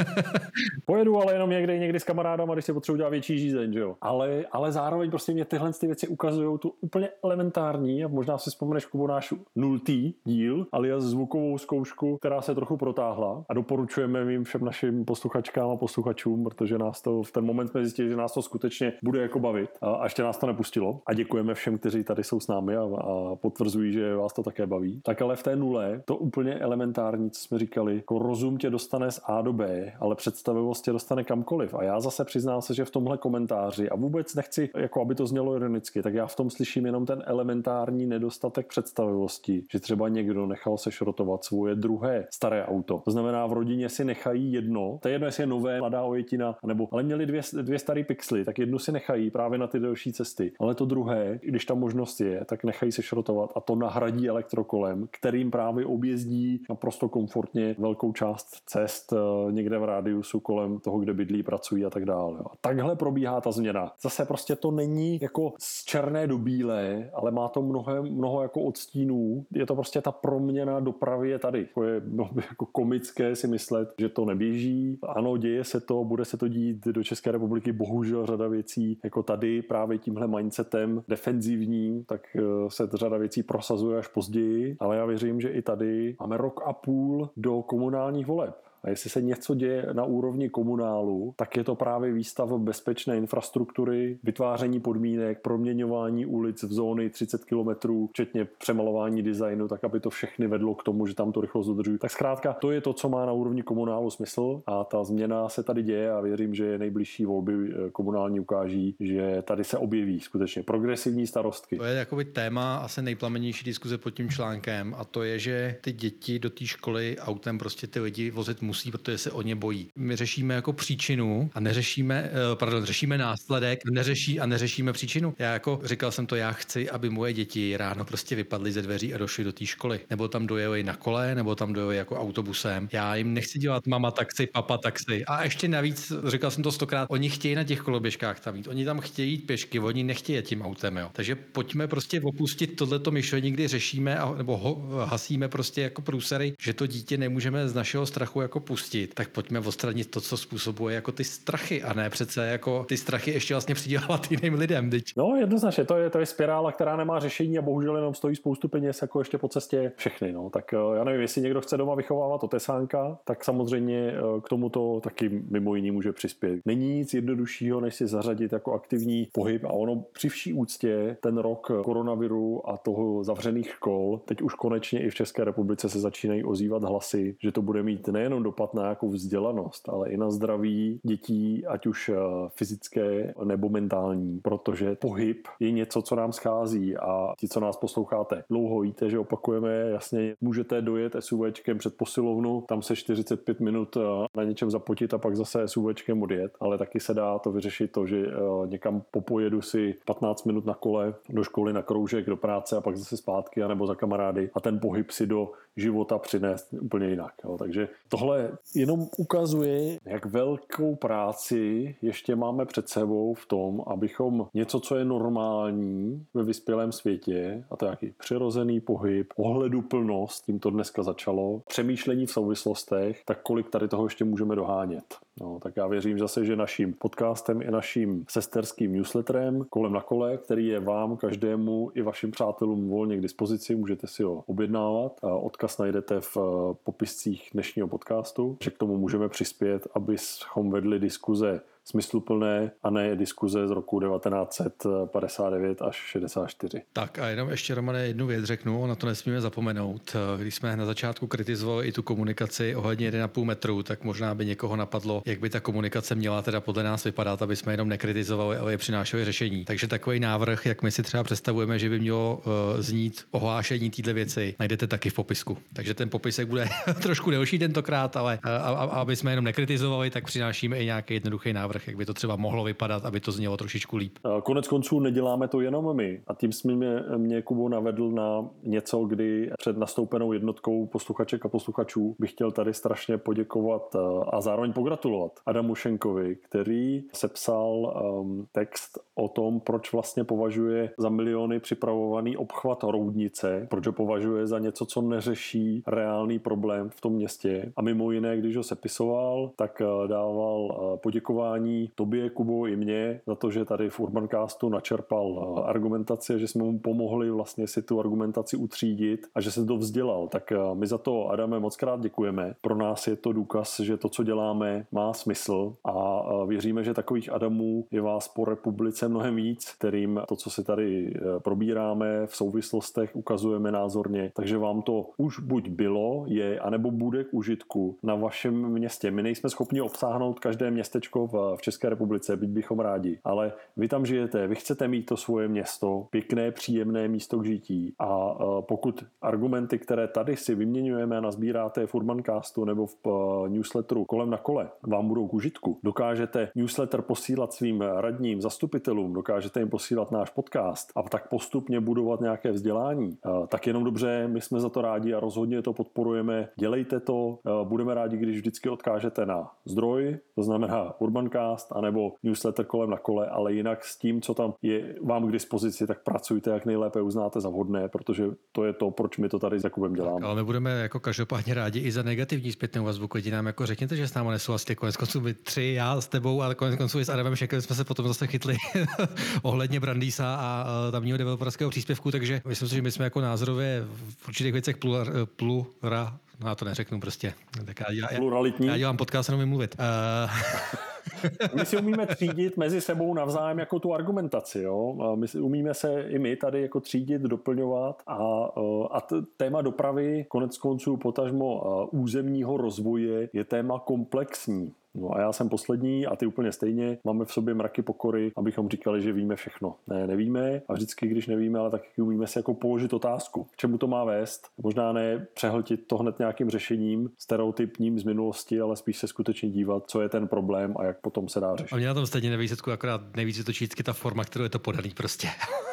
pojedu, ale jenom někdy, někdy s kamarádama, když se potřebuji dělat větší žízeň, že jo. Ale, ale zároveň prostě mě tyhle ty věci ukazují tu úplně elementární, a možná si vzpomeneš, Kubo, náš nultý díl, alias zvukovou zkoušku, která se trochu protáhla, a doporučujeme mým všem našim posluchačkám a posluchačům, protože nás to v ten moment jsme zjistili, že nás to skutečně bude jako bavit, a ještě nás to nepustilo. A děkujeme všem, kteří tady jsou s námi a, a potvrzují, že vás to také baví. Tak ale v té nule to úplně elementární, co jsme říkali, jako rozum tě dostane z A do B, ale představivost tě dostane kamkoliv. A já zase přiznám se, že v tomhle komentáři, a vůbec nechci, jako aby to znělo ironicky, tak já v tom slyším jenom ten elementární nedostatek představivosti, že třeba někdo nechal sešrotovat svoje druhé staré auto. To znamená, v rodině si nechají jedno, to je jedno, jestli je nové, mladá ojetina, nebo ale měli dvě, dvě staré pixely, tak jednu si nechají právě na ty delší cesty. Ale to druhé, když ta možnost je, tak nechají sešrotovat a to nahradí elektrokolem, kterým právě objezdí naprosto komfortně velkou část cest někde v rádiusu kolem toho, kde bydlí, pracují a tak dále. A takhle probíhá ta změna. Zase prostě to není jako z černé do bílé, ale má to mnoho, mnoho jako odstínů. Je to prostě ta proměna dopravy je tady. To je jako komické si myslet, že to neběží. Ano, děje se to, bude se to dít do České republiky, bohužel řada věcí jako tady právě tímhle mindsetem defenzivním, tak se řada věcí prosazuje až později, ale já věřím, že i tady máme rok a půl do komunálních voleb. A jestli se něco děje na úrovni komunálu, tak je to právě výstavba bezpečné infrastruktury, vytváření podmínek, proměňování ulic v zóny třicet kilometrů, včetně přemalování designu, tak aby to všechny vedlo k tomu, že tam to rychlost dodržují. Tak zkrátka, to je to, co má na úrovni komunálu smysl, a ta změna se tady děje a věřím, že nejbližší volby komunální ukáží, že tady se objeví skutečně progresivní starostky. To je jakoby téma asi nejplamennější diskuze pod tím článkem, a to je, že ty děti do té školy autem prostě ty lidi vozit musí, protože se o ně bojí. My řešíme jako příčinu a neřešíme, pardon, řešíme následek, neřeší a neřešíme příčinu. Já jako říkal jsem to, já chci, aby moje děti ráno prostě vypadly ze dveří a došly do té školy. Nebo tam dojeli na kole, nebo tam dojeli jako autobusem. Já jim nechci dělat mama taxi, papa taxi. A ještě navíc, říkal jsem to stokrát, oni chtějí na těch koloběžkách tam jít. Oni tam chtějí jít pěšky, oni nechtějí tím autem, jo. Takže pojďme prostě opustit tohleto myšlení, kdy řešíme a, nebo ho, hasíme prostě jako průsery, že to dítě nemůžeme z našeho strachu jako pustit, tak pojďme odstranit to, co způsobuje jako ty strachy, a ne přece jako ty strachy ještě vlastně přidělávat jiným lidem. Teď. No jednoznačně, to je, to je spirála, která nemá řešení a bohužel jenom stojí spoustu peněz jako ještě po cestě všechny. No. Tak já nevím, jestli někdo chce doma vychovávat otesánka, tak samozřejmě k tomuto taky mimo jiný může přispět. Není nic jednoduššího, než si zařadit jako aktivní pohyb, a ono při vší úctě ten rok koronaviru a toho zavřených škol, teď už konečně i v České republice se začínají ozývat hlasy, že to bude mít nejenom dopad na nějakou vzdělanost, ale i na zdraví dětí, ať už fyzické nebo mentální, protože pohyb je něco, co nám schází, a ti, co nás posloucháte, dlouho víte, že opakujeme jasně, můžete dojet SUVčkem před posilovnu, tam se čtyřicet pět minut na něčem zapotit a pak zase SUVčkem odjet, ale taky se dá to vyřešit to, že někam popojedu si patnáct minut na kole do školy, na kroužek, do práce a pak zase zpátky, anebo za kamarády, a ten pohyb si do života přinést úplně jinak. Jo. Takže tohle jenom ukazuje, jak velkou práci ještě máme před sebou v tom, abychom něco, co je normální ve vyspělém světě, a to je nějaký přirozený pohyb, ohleduplnost, tím to dneska začalo, přemýšlení v souvislostech, tak kolik tady toho ještě můžeme dohánět. No, tak já věřím zase, že naším podcastem i naším sesterským newsletterem Kolem na kole, který je vám, každému i vašim přátelům volně k dispozici, můžete si ho objednávat. Odkaz najdete v popiscích dnešního podcastu, že k tomu můžeme přispět, abychom vedli diskuze smysluplné a ne diskuze z roku devatenáct set padesát devět až šedesát čtyři. Tak a jenom ještě, Romane, jednu věc řeknu, na to nesmíme zapomenout. Když jsme na začátku kritizovali i tu komunikaci ohledně jedna celá pět metru, tak možná by někoho napadlo, jak by ta komunikace měla teda podle nás vypadat, aby jsme jenom nekritizovali, ale je přinášeli řešení. Takže takový návrh, jak my si třeba představujeme, že by mělo uh, znít ohlášení této věci, najdete taky v popisku. Takže ten popisek bude trošku delší tentokrát, ale a, a, a aby jsme jenom nekritizovali, tak přinášíme i nějaký jednoduchý návrh, jak by to třeba mohlo vypadat, aby to znělo trošičku líp. Konec konců neděláme to jenom my. A tím jsme mě, mě Kubo navedl na něco, kdy před nastoupenou jednotkou posluchaček a posluchačů bych chtěl tady strašně poděkovat a zároveň pogratulovat Adamu Šenkovi, který sepsal um, text o tom, proč vlastně považuje za miliony připravovaný obchvat Roudnice, proč ho považuje za něco, co neřeší reálný problém v tom městě. A mimo jiné, když ho sepisoval, tak dával poděkování tobě, Kubo, i mně za to, že tady v Urbancastu načerpal argumentaci, že jsme mu pomohli vlastně si tu argumentaci utřídit a že se to vzdělal. Tak my za to, Adame, moc krát děkujeme. Pro nás je to důkaz, že to, co děláme, má smysl a věříme, že takových Adamů je vás po republice mnohem víc, kterým to, co si tady probíráme v souvislostech, ukazujeme názorně. Takže vám to už buď bylo, je, anebo bude k užitku na vašem městě. My nejsme schopni obsáhnout každé městečko v, v České republice, byť bychom rádi, ale vy tam žijete, vy chcete mít to svoje město, pěkné, příjemné místo k žití a pokud argumenty, které tady si vyměňujeme a nazbíráte v Urbancastu nebo v newsletteru Kolem na kole, vám budou k užitku. Dokážete newsletter posílat svým radním, zastupitelům, dokážete jim posílat náš podcast a tak postupně budovat nějaké vzdělání, tak jenom dobře, my jsme za to rádi a rozhodně to podporujeme. Dělejte to, budeme rádi, když vždycky odkážete na zdroj, to znamená Urbancast, anebo newsletter Kolem na kole, ale jinak s tím, co tam je vám k dispozici, tak pracujte, jak nejlépe uznáte za vhodné, protože to je to, proč my to tady s Jakubem děláme. Tak, ale my budeme jako každopádně rádi i za negativní zpětnou vazbu, když nám jako řekněte, že s námi nesouhlasíte, konec konců my tři, já s tebou, ale konec konců i s Adamem Šenkem jsme se potom zase chytli ohledně Brandýsa a tamního developerského příspěvku, takže myslím si, že my jsme jako názorově v určitých věcech plura, plura no já to neřeknu prostě. Tak já, já, Pluralitní. Já dělám podcast, jenom mluvit. Uh... My si umíme třídit mezi sebou navzájem jako tu argumentaci. Jo? My si umíme se i my tady jako třídit, doplňovat a, a téma dopravy, konec konců potažmo územního rozvoje, je téma komplexní. No a já jsem poslední a ty úplně stejně. Máme v sobě mraky pokory, abychom říkali, že víme všechno. Ne, nevíme a vždycky, když nevíme, ale taky umíme si jako položit otázku. K čemu to má vést? Možná ne přehltit to hned nějakým řešením stereotypním z minulosti, ale spíš se skutečně dívat, co je ten problém a jak potom se dá řešit. A mě na tom stejně nevýsledku akorát nejvíc vytočí vždycky ta forma, kterou je to podaný prostě.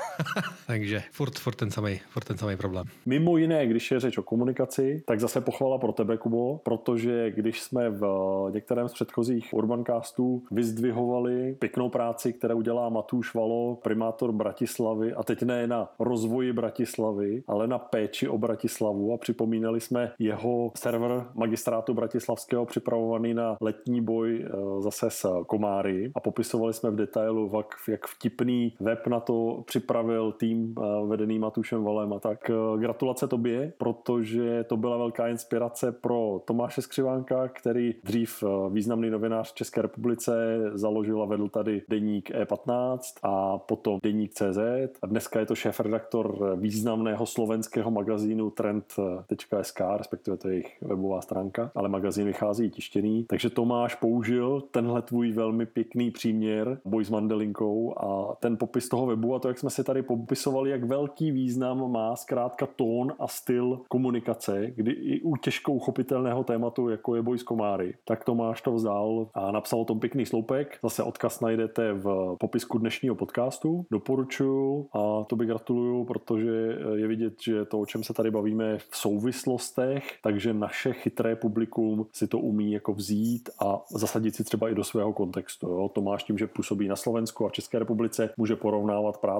Takže furt, furt, ten samý, furt ten samý problém. Mimo jiné, když je řeč o komunikaci, tak zase pochvala pro tebe, Kubo, protože když jsme v některém z předchozích Urbancastů vyzdvihovali pěknou práci, kterou udělá Matúš Valo, primátor Bratislavy, a teď ne na rozvoji Bratislavy, ale na péči o Bratislavu, a připomínali jsme jeho server magistrátu bratislavského připravovaný na letní boj zase s komáry a popisovali jsme v detailu, jak vtipný web na to připravil tým vedený Matúšem Valem a tak. Gratulace tobě, protože to byla velká inspirace pro Tomáše Skřivánka, který dřív významný novinář v České republice založil a vedl tady deník E patnáct a potom deník C Z a dneska je to šéfredaktor významného slovenského magazínu Trend tečka es ká, respektive to je jejich webová stránka, ale magazín vychází tištěný. Takže Tomáš použil tenhle tvůj velmi pěkný příměr, boj s mandelinkou, a ten popis toho webu a to, jak jsme si tady popisovali, jak velký význam má zkrátka tón a styl komunikace, kdy i u těžko uchopitelného tématu, jako je boj s komáry, tak Tomáš to vzal a napsal o tom pěkný sloupek. Zase odkaz najdete v popisku dnešního podcastu. Doporučuju a to bych gratuluju, protože je vidět, že to, o čem se tady bavíme, v souvislostech, takže naše chytré publikum si to umí jako vzít a zasadit si třeba i do svého kontextu. Jo? Tomáš tím, že působí na Slovensku a v České republice, může porovnávat práci radní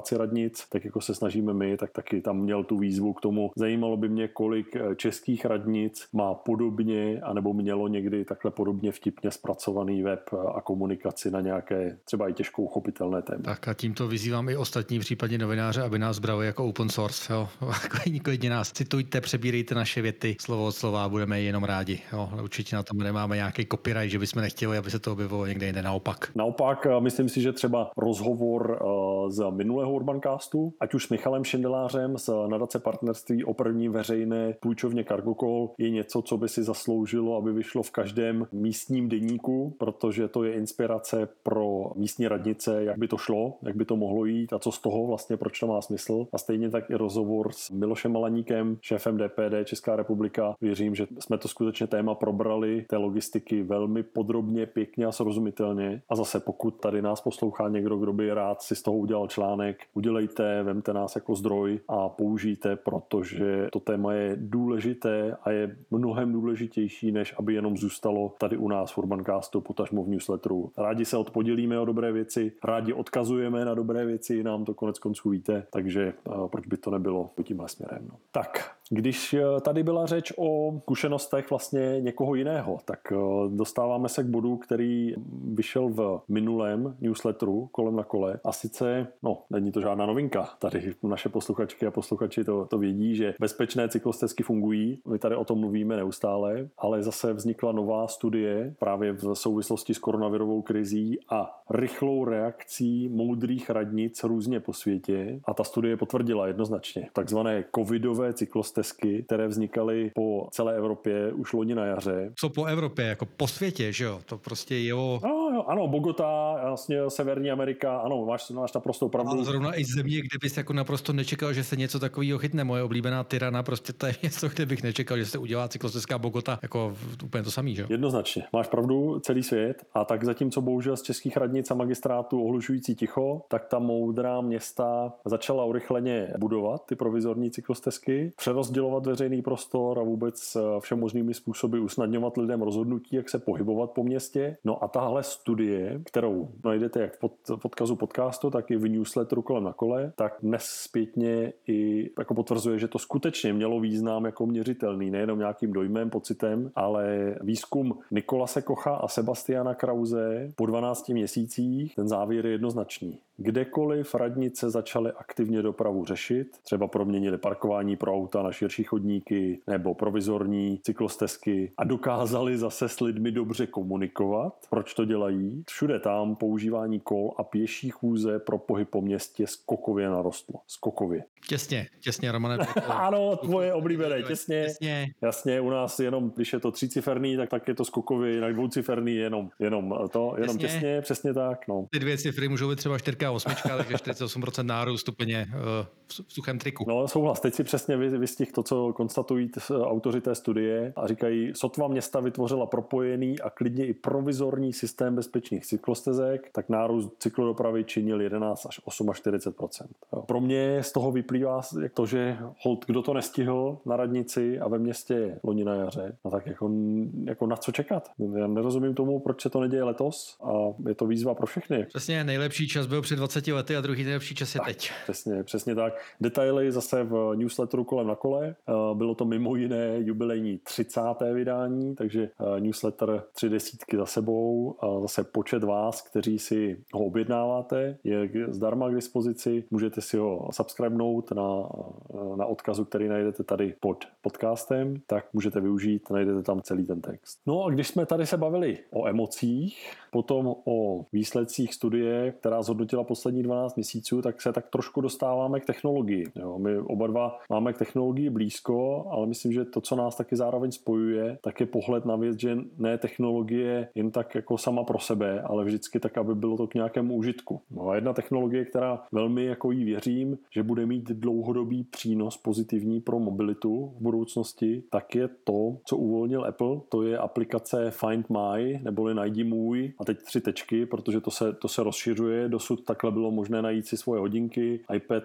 radnic, tak jako se snažíme my, tak taky tam měl tu výzvu k tomu. Zajímalo by mě, kolik českých radnic má podobně, anebo mělo někdy takhle podobně vtipně zpracovaný web a komunikaci na nějaké třeba i těžko uchopitelné téma. Tak a tímto vyzývám i ostatní případně novináře, aby nás brali jako open source. Jo. Klidně nás citujte, přebírejte naše věty, slovo od slova, budeme jenom rádi. Jo. Určitě na tom nemáme nějaký copyright, že bychom nechtěli, aby se to objevilo někde jinde, naopak. Naopak, myslím si, že třeba rozhovor z minulého Urbancastu, ať už s Michalem Šindelářem z nadace partnerství o první veřejné půjčovně Cargocall, je něco, co by si zasloužilo, aby vyšlo v každém místním deníku, protože to je inspirace pro místní radnice, jak by to šlo, jak by to mohlo jít a co z toho vlastně, proč to má smysl. A stejně tak i rozhovor s Milošem Malaníkem, šéfem D P D Česká republika. Věřím, že jsme to skutečně téma probrali, té logistiky velmi podrobně, pěkně a srozumitelně. A zase pokud tady nás poslouchá někdo, kdo by rád si z toho udělal článek, udělejte, vemte nás jako zdroj a použijte, protože to téma je důležité a je mnohem důležitější, než aby jenom zůstalo tady u nás v Urbancastu, potažmo v newsletteru. Rádi se odpodělíme o dobré věci, rádi odkazujeme na dobré věci, nám to konec konců víte, takže proč by to nebylo tímhle směrem. No. Tak, když tady byla řeč o zkušenostech vlastně někoho jiného, tak dostáváme se k bodu, který vyšel v minulém newsletteru Kolem na kole. A sice, no, není to žádná novinka. Tady naše posluchačky a posluchači to, to vědí, že bezpečné cyklostezky fungují. My tady o tom mluvíme neustále, ale zase vznikla nová studie právě v souvislosti s koronavirovou krizí a rychlou reakcí moudrých radnic různě po světě. A ta studie potvrdila jednoznačně takzvané covidové cyklostezky, které vznikaly po celé Evropě už loni na jaře. Co po Evropě, jako po světě, že jo? To prostě je o... No, jo, ano, Bogota, vlastně Severní Amerika, ano, máš, máš naprosto pravdu. A zrovna i země, kde bys jako naprosto nečekal, že se něco takového chytne. Moje oblíbená Tirana, prostě to je něco, kde bych nečekal, že se udělá cyklostezka Bogota, jako úplně to samý, že jo? Jednoznačně, máš pravdu, celý svět. A tak zatímco bohužel z českých radnic a magistrátů ohlušující ticho, tak ta moudrá města začala urychleně budovat ty provizorní cyklostezky, přerozdělovat veřejný prostor a vůbec všemožnými způsoby usnadňovat lidem rozhodnutí, jak se pohybovat po městě. No a tahle studie, kterou najdete jak v pod, podkazu podcastu, tak i v newsletteru Kolem na kole, tak dnes zpětně i jako potvrzuje, že to skutečně mělo význam jako měřitelný, nejenom nějakým dojmem, pocitem, ale výzkum Nikolase Kocha a Sebastiana Krause po dvanácti měsících, ten závěr je jednoznačný. Kdekoliv radnice začaly aktivně dopravu řešit, třeba proměnili parkování pro auta na širší chodníky nebo provizorní cyklostezky a dokázali zase s lidmi dobře komunikovat. Proč to dělají? Všude tam používání kol a pěší chůze pro pohyb po městě skokově narostlo. Skokově. Těsně, těsně, Romane. Ano, tvoje oblíbené, těsně. Těsně. Jasně, u nás jenom, když je to tříciferný, tak, tak je to skokově, jinak dvouciferný, jenom, jenom to, jenom těsně. těsně, přesně tak. No. Ty dvě cifry můžou být třeba čtyřka a osmička, takže čtyřicet osm procent nárůst úplně uh, v suchém triku. No souhlas, teď si přesně vystih to, co konstatují autoři té studie a říkají, sotva města vytvořila propojený a klidně i provizorní systém bezpečných cyklostezek, tak nárůst cyklodopravy činil jedenáct až čtyřicet osm procent. Pro mě z toho vyplývá to, že hold, kdo to nestihl na radnici a ve městě loni na jaře, no tak jako, jako na co čekat? Já nerozumím tomu, proč se to neděje letos a je to výzva pro všechny. Přesně, nejlepší čas byl před dvaceti lety a druhý nejlepší čas je tak, teď. Přesně, přesně tak. Detaily zase v newsletteru Kolem na kole. Bylo to mimo jiné jubilejní třicáté vydání, takže newsletter tři desítky za sebou. A zase počet vás, kteří si ho objednáváte, je zdarma k dispozici. Můžete si ho subscribenout na, na odkazu, který najdete tady pod podcastem, tak můžete využít, najdete tam celý ten text. No a když jsme tady se bavili o emocích, potom o výsledcích studie, která zhodnotila poslední dvanáct měsíců, tak se tak trošku dostáváme k technologii. Jo, my oba dva máme k technologii blízko, ale myslím, že to, co nás taky zároveň spojuje, tak je pohled na věc, že ne technologie jen tak jako sama pro sebe, ale vždycky tak, aby bylo to k nějakému užitku. No a jedna technologie, která velmi jako jí věřím, že bude mít dlouhodobý přínos pozitivní pro mobilitu v budoucnosti, tak je to, co uvolnil Apple, to je aplikace Find My, neboli Najdi můj, a teď tři tečky, protože to se, to se rozšiřuje. Dosud takhle bylo možné najít si svoje hodinky, iPad nebo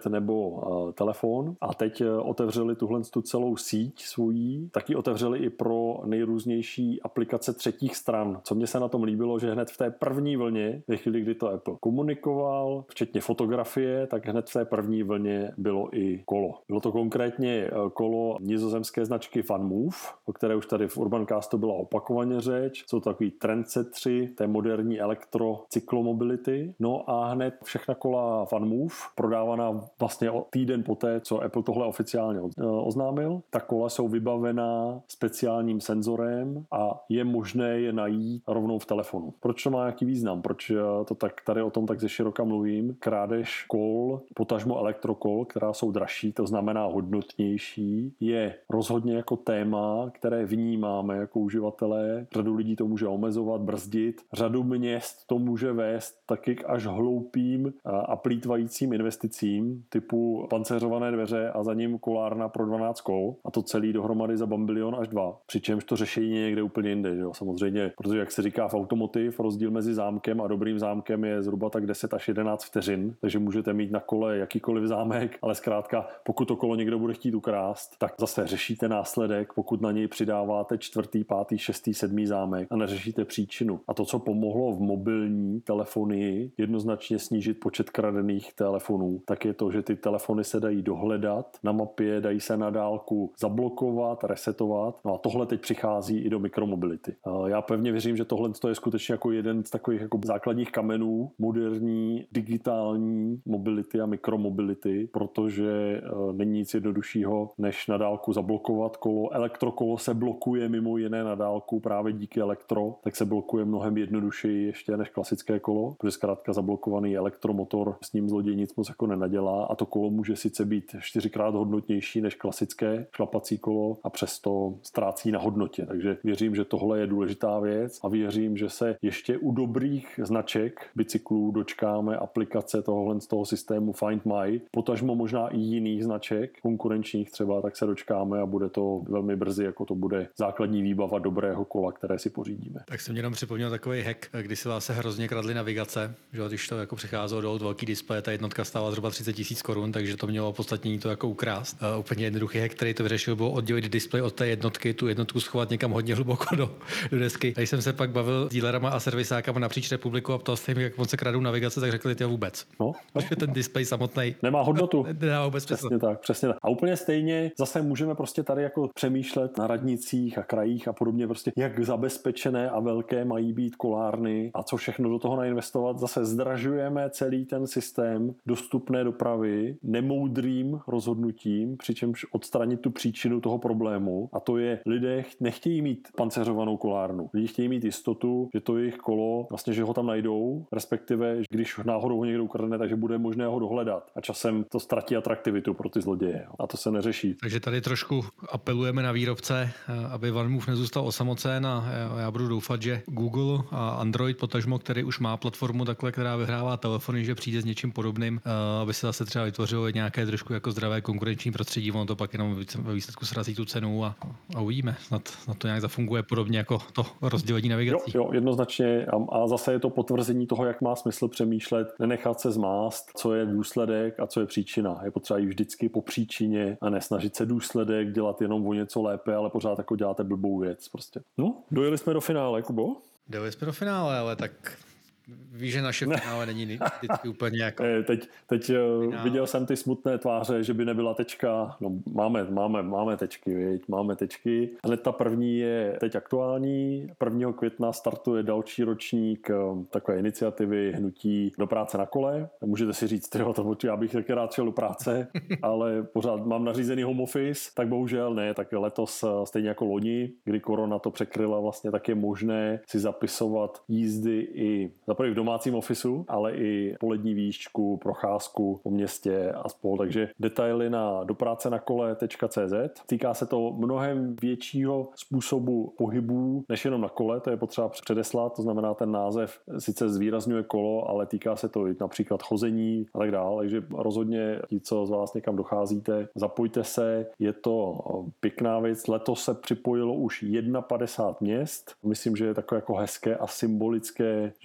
pro telefon a teď otevřeli tuhle tu celou síť svojí, taky otevřeli i pro nejrůznější aplikace třetích stran. Co mě se na tom líbilo, že hned v té první vlně, ve chvíli, kdy to Apple komunikoval, včetně fotografie, tak hned v té první vlně bylo i kolo. Bylo to konkrétně kolo nizozemské značky VanMoof, o které už tady v Urbancastu byla opakovaně řeč. Jsou to takový Trendsettři, té moderní elektrocyklomobility. No a hned všechna kola VanMoof, prodávaná vlastně týden poté, co Apple tohle oficiálně oznámil. Ta kola jsou vybavená speciálním senzorem a je možné je najít rovnou v telefonu. Proč to má nějaký význam? Proč to tak tady o tom tak ze široka mluvím? Krádež kol, potažmo elektrokol, která jsou dražší, to znamená hodnotnější, je rozhodně jako téma, které vnímáme jako uživatelé. Řadu lidí to může omezovat, brzdit. Řadu měst to může vést taky k až hloupým a plýtvajícím investicím typu pancéřované dveře a za ním kolárna pro dvanáct kol a to celý dohromady za bambilion až dva. Přičemž to řešení je někde úplně jinde, že jo? Samozřejmě, protože jak se říká v automotiv, rozdíl mezi zámkem a dobrým zámkem je zhruba tak deset až jedenáct vteřin, takže můžete mít na kole jakýkoliv zámek, ale zkrátka, pokud to kolo někdo bude chtít ukrást, tak zase řešíte následek, pokud na něj přidáváte čtvrtý, pátý, šestý, sedmý zámek a neřešíte příčinu. A to, co pomohlo v mobilní telefonii jednoznačně snížit počet kradených telefonů, tak je to, že ty telefony se dají dohledat na mapě, dají se na dálku zablokovat, resetovat. No a tohle teď přichází i do mikromobility. Já pevně věřím, že tohle je skutečně jako jeden z takových jako základních kamenů moderní digitální mobility a mikromobility, protože není nic jednoduššího, než na dálku zablokovat kolo. Elektrokolo se blokuje mimo jiné na dálku právě díky elektro, tak se blokuje mnohem jednodušeji ještě než klasické kolo, protože zkrátka zablokovaný elektromotor s ním zloděj nic moc jako nenadělá a to kolo může sice být čtyřikrát hodnotnější než klasické šlapací kolo a přesto ztrácí na hodnotě. Takže věřím, že tohle je důležitá věc a věřím, že se ještě u dobrých značek bicyklů dočkáme aplikace tohohle z toho systému Find My, potažmo možná i jiných značek, konkurenčních třeba, tak se dočkáme a bude to velmi brzy, jako to bude základní výbava dobrého kola, které si pořídíme. Tak jsem jenom připomněl takový hack, kdy se vás se hrozně kradly navigace, že když to jako přicházelo do velký displeje, ta jednotka stála zhruba třicet tisíc korun, takže to mělo podstatně to jako ukrást. Uh, úplně jednoduchý hack, který to vyřešil, bylo oddělit displej od té jednotky, tu jednotku schovat někam hodně hluboko do, do desky. Když jsem se pak bavil s dílerama a servisákama napříč republikou a ptal jsem jim, jak moc se kradou navigace, tak řekli, to vůbec. No, no. Ten displej samotný nemá hodnotu. Nemá vůbec přesně tak, přesně tak. A úplně stejně zase můžeme prostě tady jako přemýšlet na radnicích a krajích a podobně prostě, jak zabezpečené a velké mají být kolárny a co všechno do toho nainvestovat. Zase zdražujeme celý ten systém dostupné dopravy nemoudrým rozhodnutím, přičemž odstranit tu příčinu toho problému a to je, lidé nechtějí mít pancéřovanou kolárnu. Lidi chtějí mít jistotu, že to jejich kolo, vlastně, že ho tam najdou, respektive, když náhodou ho někdo ukradne, takže bude možné ho dohledat a časem to ztratí atraktivitu pro ty zloděje. A to se neřeší. Takže tady trošku apelujeme na výrobce, aby VanMoof nezůstal osamocen a já budu doufat, že Google a Android potažmo, který už má platformu takhle, která vyhrává telefony, že přijde s něčím podobným, aby se zase třeba vytvořilo nějaké trošku jako zdravé konkurenční prostředí, ono to pak jenom ve výsledku srazí tu cenu a, a uvidíme. Snad, snad to nějak zafunguje podobně jako to rozdělení navigací. Jo, jo, jednoznačně a, a zase je to potvrzení toho, jak má smysl přemýšlet, nenechat se zmást, co je důsledek a co je příčina. Je potřeba jít vždycky po příčině a nesnažit se důsledek dělat jenom o něco lépe, ale pořád jako děláte blbou věc prostě. No, dojeli jsme do finále, Kubo? Dojeli jsme do finále, ale tak víš, že naše finále není vždycky úplně jako... Teď, teď viděl jsem ty smutné tváře, že by nebyla tečka. No, máme, máme, máme tečky, viď? Máme tečky. Hned ta první je teď aktuální. prvního května startuje další ročník takové iniciativy hnutí do práce na kole. Můžete si říct, tyjo, to já bych taky rád šel do práce, ale pořád mám nařízený home office, tak bohužel ne. Tak letos stejně jako loni, kdy korona to překryla, vlastně tak je možné si zapisovat jízdy i v domácím ofisu, ale i polední výšku, procházku po městě a spol. Takže detaily na doprace na kole tečka cé zet. Týká se to mnohem většího způsobu pohybů, než jenom na kole, to je potřeba předeslat, to znamená ten název sice zvýrazňuje kolo, ale týká se to i například chození a tak dále, takže rozhodně ti, co z vás někam docházíte, zapojte se, je to pěkná věc. Letos se připojilo už padesát jedna měst, myslím, že je takové jako hezké a symbolické, že mezi těmi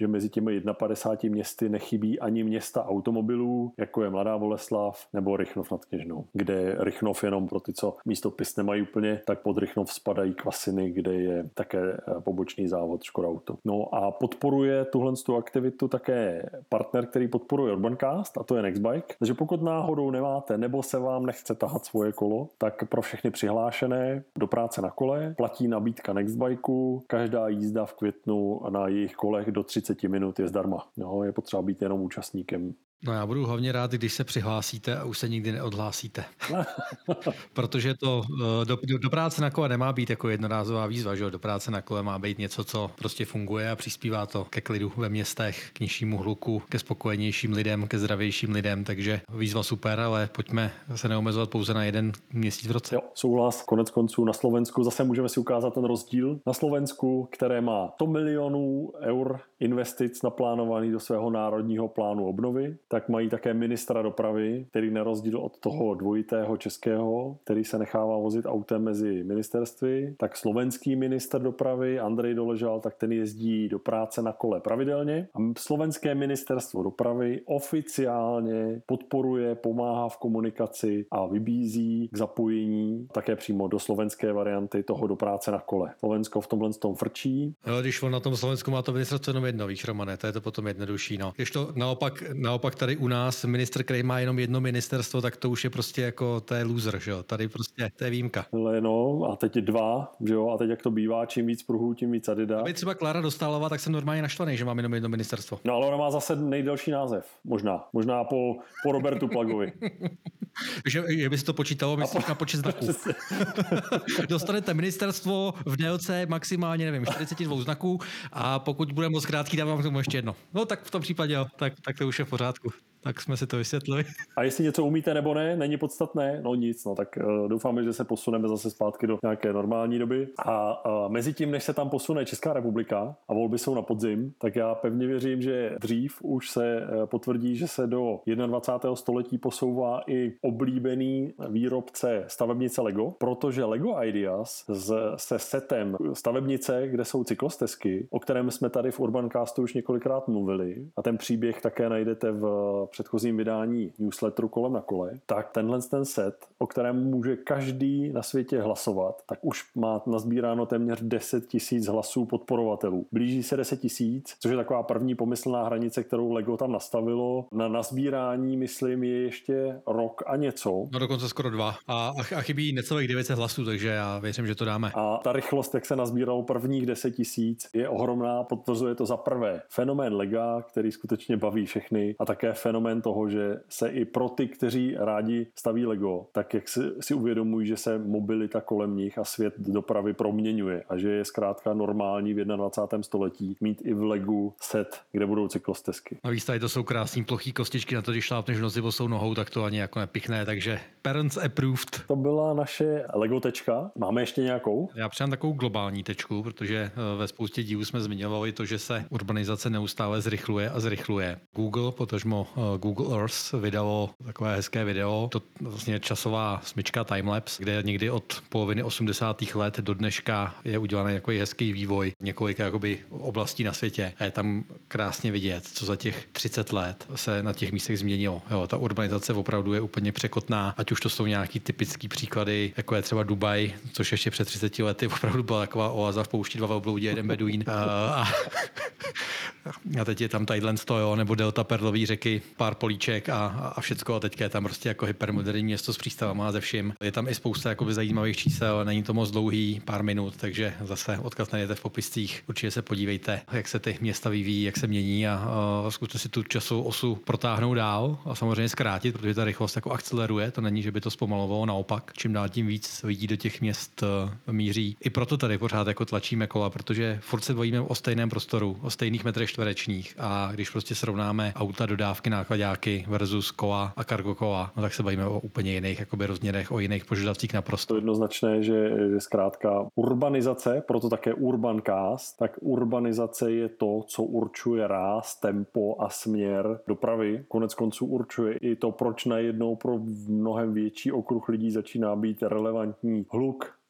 těmi padesát jedna městy nechybí ani města automobilů, jako je Mladá Boleslav nebo Rychnov nad Kněžnou, kde Rychnov jenom pro ty, co místopis nemají úplně, tak pod Rychnov spadají Kvasiny, kde je také pobočný závod Škoda Auto. No a podporuje tuhle tu aktivitu také partner, který podporuje Urbancast, a to je Nextbike. Takže pokud náhodou nemáte nebo se vám nechce tahat svoje kolo, tak pro všechny přihlášené do práce na kole platí nabídka Nextbikeu. Každá jízda v květnu na jejich kolech do třicet minut je zdarma. No, je potřeba být jenom účastníkem. No já budu hlavně rád, když se přihlásíte a už se nikdy neodhlásíte. Protože to do, do, do práce na kole nemá být jako jednorázová výzva, že? Do práce na kole má být něco, co prostě funguje a přispívá to ke klidu ve městech, k nižšímu hluku, ke spokojenějším lidem, ke zdravějším lidem, takže výzva super, ale pojďme se neomezovat pouze na jeden měsíc v roce. Jo, souhlas. Konec konců na Slovensku zase můžeme si ukázat ten rozdíl. Na Slovensku, které má sto milionů eur investic naplánovaný do svého národního plánu obnovy, tak mají také ministra dopravy, který na rozdíl od toho dvojitého českého, který se nechává vozit autem mezi ministerstvy, tak slovenský ministr dopravy Andrej Doležal, tak ten jezdí do práce na kole pravidelně. A slovenské ministerstvo dopravy oficiálně podporuje, pomáhá v komunikaci a vybízí k zapojení také přímo do slovenské varianty toho do práce na kole. Slovensko v tomhle tom frčí. No, když on na tom Slovensku má to ministerstvo jenom jedno, víš, Romane, to je to potom jednodušší. No. Když to naopak, naopak tady u nás ministr, který má jenom jedno ministerstvo, tak to už je prostě jako, to je loser, že jo, tady prostě, to je výjimka. Ale no, a teď je dva, že jo, a teď jak to bývá, čím víc pruhů, tím víc Adida. Kdyby třeba Klára Dostálová, tak jsem normálně naštvaný, že mám jenom jedno ministerstvo. No ale ona má zase nejdelší název, možná, možná po, po Robertu Plagovi. že, že by si to počítalo, myslíš na počet znaků. Dostanete ministerstvo v délce maximálně, nevím, čtyřicet dva znaků a pokud bude moc krátký, dávám k tomu ještě jedno. No tak v tom případě jo, tak, tak to už je v pořádku. Tak jsme si to vysvětlili. A jestli něco umíte nebo ne, není podstatné, no nic, no tak uh, doufáme, že se posuneme zase zpátky do nějaké normální doby. A uh, mezi tím, než se tam posune Česká republika a volby jsou na podzim, tak já pevně věřím, že dřív už se uh, potvrdí, že se do dvacátého prvního století posouvá i oblíbený výrobce stavebnice Lego, protože Lego Ideas z, se setem stavebnice, kde jsou cyklostezky, o kterém jsme tady v Urbancastu už několikrát mluvili, a ten příběh také najdete v předchozím vydání newsletteru Kolem na kole, tak tenhle ten set, o kterém může každý na světě hlasovat, tak už má nazbíráno téměř deset tisíc hlasů podporovatelů. Blíží se deset tisíc, což je taková první pomyslná hranice, kterou Lego tam nastavilo. Na nazbírání, myslím, je ještě rok a něco. No dokonce skoro dva. A, a chybí necelých devět set hlasů, takže já věřím, že to dáme. A ta rychlost, jak se nazbíralo prvních deset tisíc, je ohromná. Potvrzuje to za prvé fenomén Lega, který skutečně baví všechny, a také fenomén toho, že se i pro ty, kteří rádi staví Lego, tak jak si, si uvědomují, že se mobilita kolem nich a svět dopravy proměňuje a že je zkrátka normální v dvacátém prvním století mít i v Legu set, kde budou cyklostezky. Navíc tady to jsou krásný plochý kostičky, na to, když šlápneš nozi bosou nohou, tak to ani jako nepichne, takže parents approved. To byla naše Lego tečka. Máme ještě nějakou? Já přidám takovou globální tečku, protože ve spoustě dílů jsme zmiňovali to, že se urbanizace neustále zrychluje a zrychluje. Google, potažmo Google Earth vydalo takové hezké video, to vlastně časová smyčka timelapse, kde někdy od poloviny osmdesátých let do dneška je udělaný jako hezký vývoj několika jakoby oblastí na světě. A je tam krásně vidět, co za těch třicet let se na těch místech změnilo. Jo, ta urbanizace opravdu je úplně překotná, ať už to jsou nějaký typický příklady, jako je třeba Dubaj, což ještě před třiceti lety opravdu byla taková oáza v poušti, dva velbloudi, jeden beduín. A, a teď je tam Thailand, to jo, nebo delta Perlový řeky, pár políček a, a všecko, a teďka je tam prostě jako hypermoderní město s přístavama a ze vším. Je tam i spousta jakoby zajímavých čísel, není to moc dlouhý, pár minut, takže zase odkaz najdete v popiscích. Určitě se podívejte, jak se ty města vyvíjí, jak se mění, a, a zkuste si tu časovou osu protáhnout dál a samozřejmě zkrátit, protože ta rychlost jako akceleruje, to není, že by to zpomalovalo, naopak. Čím dál tím víc lidí do těch měst míří. I proto tady pořád jako tlačíme kola, protože furt se bavíme o stejném prostoru, o stejných metrech čtverečních, a když prostě srovnáme auta, dodávky, nákladáky versus kola a cargo kola, no tak se bavíme o úplně jiných jakoby rozměrech, o jiných požadavcích na prostor. To jednoznačné, že, že zkrátka urbanizace, proto také Urbancast, tak urbanizace je to, co určuje ráz, tempo a směr dopravy. Konec konců určuje i to, proč najednou pro mnohem větší okruh lidí začíná být relevantní hluk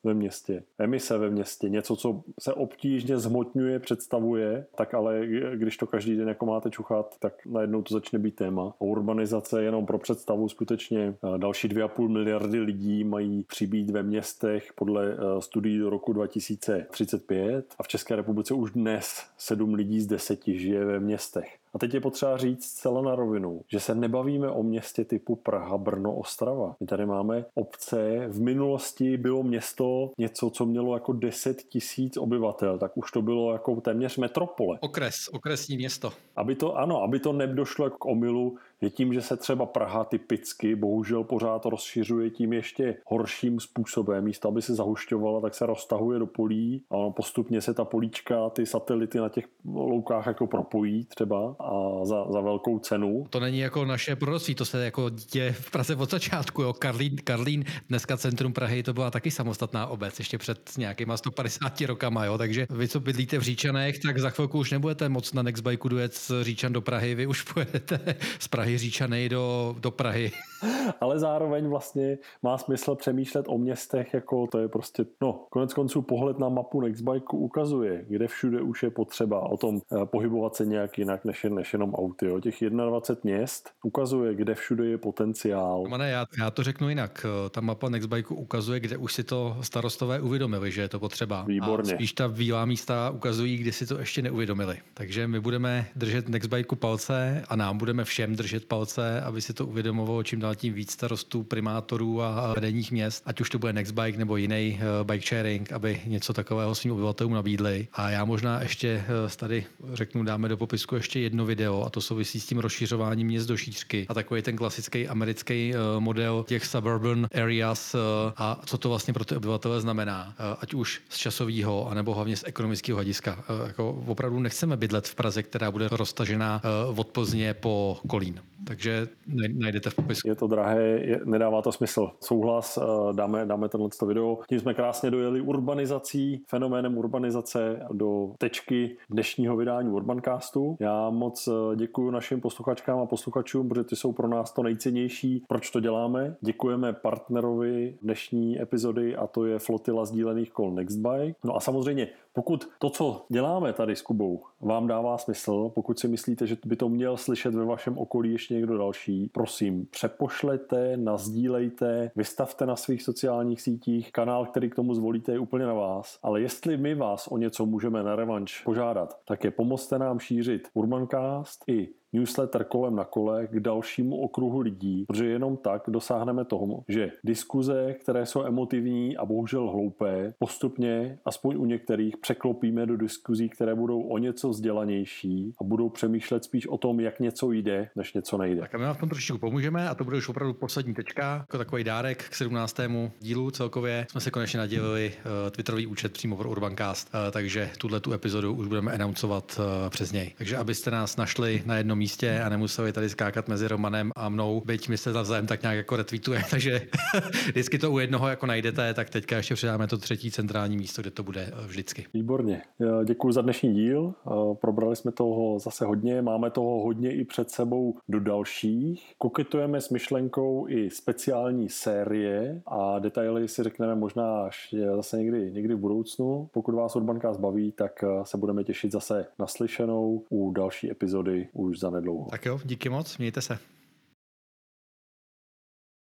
ve městě, emise ve městě, něco, co se obtížně zhmotňuje, představuje, tak ale když to každý den jako máte čuchat, tak najednou to začne být téma. A urbanizace jenom pro představu skutečně další dvě a půl miliardy lidí mají přibýt ve městech podle studií do roku dva tisíce třicet pět a v České republice už dnes sedm lidí z deseti žije ve městech. A teď je potřeba říct zcela na rovinu, že se nebavíme o městě typu Praha, Brno, Ostrava. My tady máme obce, v minulosti bylo město něco, co mělo jako deset tisíc obyvatel, tak už to bylo jako téměř metropole. Okres, okresní město. Aby to, ano, aby to nedošlo k omylu, je tím, že se třeba Praha typicky bohužel pořád rozšiřuje tím ještě horším způsobem. Místo, aby se zahušťovala, tak se roztahuje do polí a postupně se ta políčka, ty satelity na těch loukách jako propojí třeba a za, za velkou cenu. To není jako naše proroctví, to se jako děje v Praze od začátku. Jo. Karlín, Karlín, dneska centrum Prahy, to byla taky samostatná obec, ještě před nějakýma sto padesáti rokama. Jo. Takže vy, co bydlíte v Říčanech, tak za chvilku už nebudete moc na Nextbikeu dojet z Říčan do Prahy, vy už pojedete z Prahy Říčany do, do Prahy. Ale zároveň vlastně má smysl přemýšlet o městech, jako to je prostě, no, konec konců pohled na mapu Nextbikeu ukazuje, kde všude už je potřeba o tom eh, pohybovat se nějak jinak než, než jenom auty. Jo. Těch dvacet jedna měst ukazuje, kde všude je potenciál. Mane, já, já to řeknu jinak. Ta mapa Nextbikeu ukazuje, kde už si to starostové uvědomili, že je to potřeba. Výborně. A spíš ta bílá místa ukazují, kde si to ještě neuvědomili. Takže my budeme držet Nextbikeu palce a nám budeme všem držet palce, aby si to uvědomovalo čím dál tím víc starostů, primátorů a vedeních měst, ať už to bude Nextbike nebo jiný bike sharing, aby něco takového svým obyvatelům nabídli. A já možná ještě tady řeknu, dáme do popisku ještě jedno video a to souvisí s tím rozšiřováním měst do šířky a takový ten klasický americký model těch suburban areas a co to vlastně pro ty obyvatele znamená, ať už z časového anebo hlavně z ekonomického hlediska. Jako opravdu nechceme bydlet v Praze, která bude roztažená od Plzně po Kolín. Takže najdete v popisku. Je to drahé, je, nedává to smysl. Souhlas, dáme, dáme tenhleto video. Tím jsme krásně dojeli urbanizací, fenoménem urbanizace do tečky dnešního vydání Urbancastu. Já moc děkuji našim posluchačkám a posluchačům, protože ty jsou pro nás to nejcennější, proč to děláme. Děkujeme partnerovi dnešní epizody a to je flotila sdílených kol Nextbike. No a samozřejmě, pokud to, co děláme tady s Kubou, vám dává smysl, pokud si myslíte, že by to měl slyšet ve vašem okolí ještě někdo další, prosím, přepošlete, nazdílejte, vystavte na svých sociálních sítích. Kanál, který k tomu zvolíte, je úplně na vás. Ale jestli my vás o něco můžeme na revanš požádat, tak je pomozte nám šířit Urbancast i newsletter Kolem na kole k dalšímu okruhu lidí, protože jenom tak dosáhneme toho, že diskuze, které jsou emotivní a bohužel hloupé, postupně, aspoň u některých, překlopíme do diskuzí, které budou o něco vzdělanější a budou přemýšlet spíš o tom, jak něco jde, než něco nejde. Tak a my vám v tom trošičku pomůžeme a to bude už opravdu poslední tečka, jako takový dárek k sedmnáctému dílu celkově. Jsme se konečně nadělili uh, Twitterový účet přímo pro Urbancast, uh, takže tuhle tu epizodu už budeme announcovat uh, přes něj. Takže abyste nás našli na jednom místě a nemuseli tady skákat mezi Romanem a mnou, byť my se navzájem tak nějak jako retweetuje, takže vždycky to u jednoho jako najdete, tak teďka ještě přidáme to třetí centrální místo, kde to bude vždycky. Výborně. Děkuji za dnešní díl. Probrali jsme toho zase hodně, máme toho hodně i před sebou do dalších. Koketujeme s myšlenkou i speciální série a detaily si řekneme možná až zase někdy, někdy v budoucnu. Pokud vás Urbancast baví, tak se budeme těšit zase na slyšenou u další epizody už za nedlouho. Tak jo, díky moc, mějte se.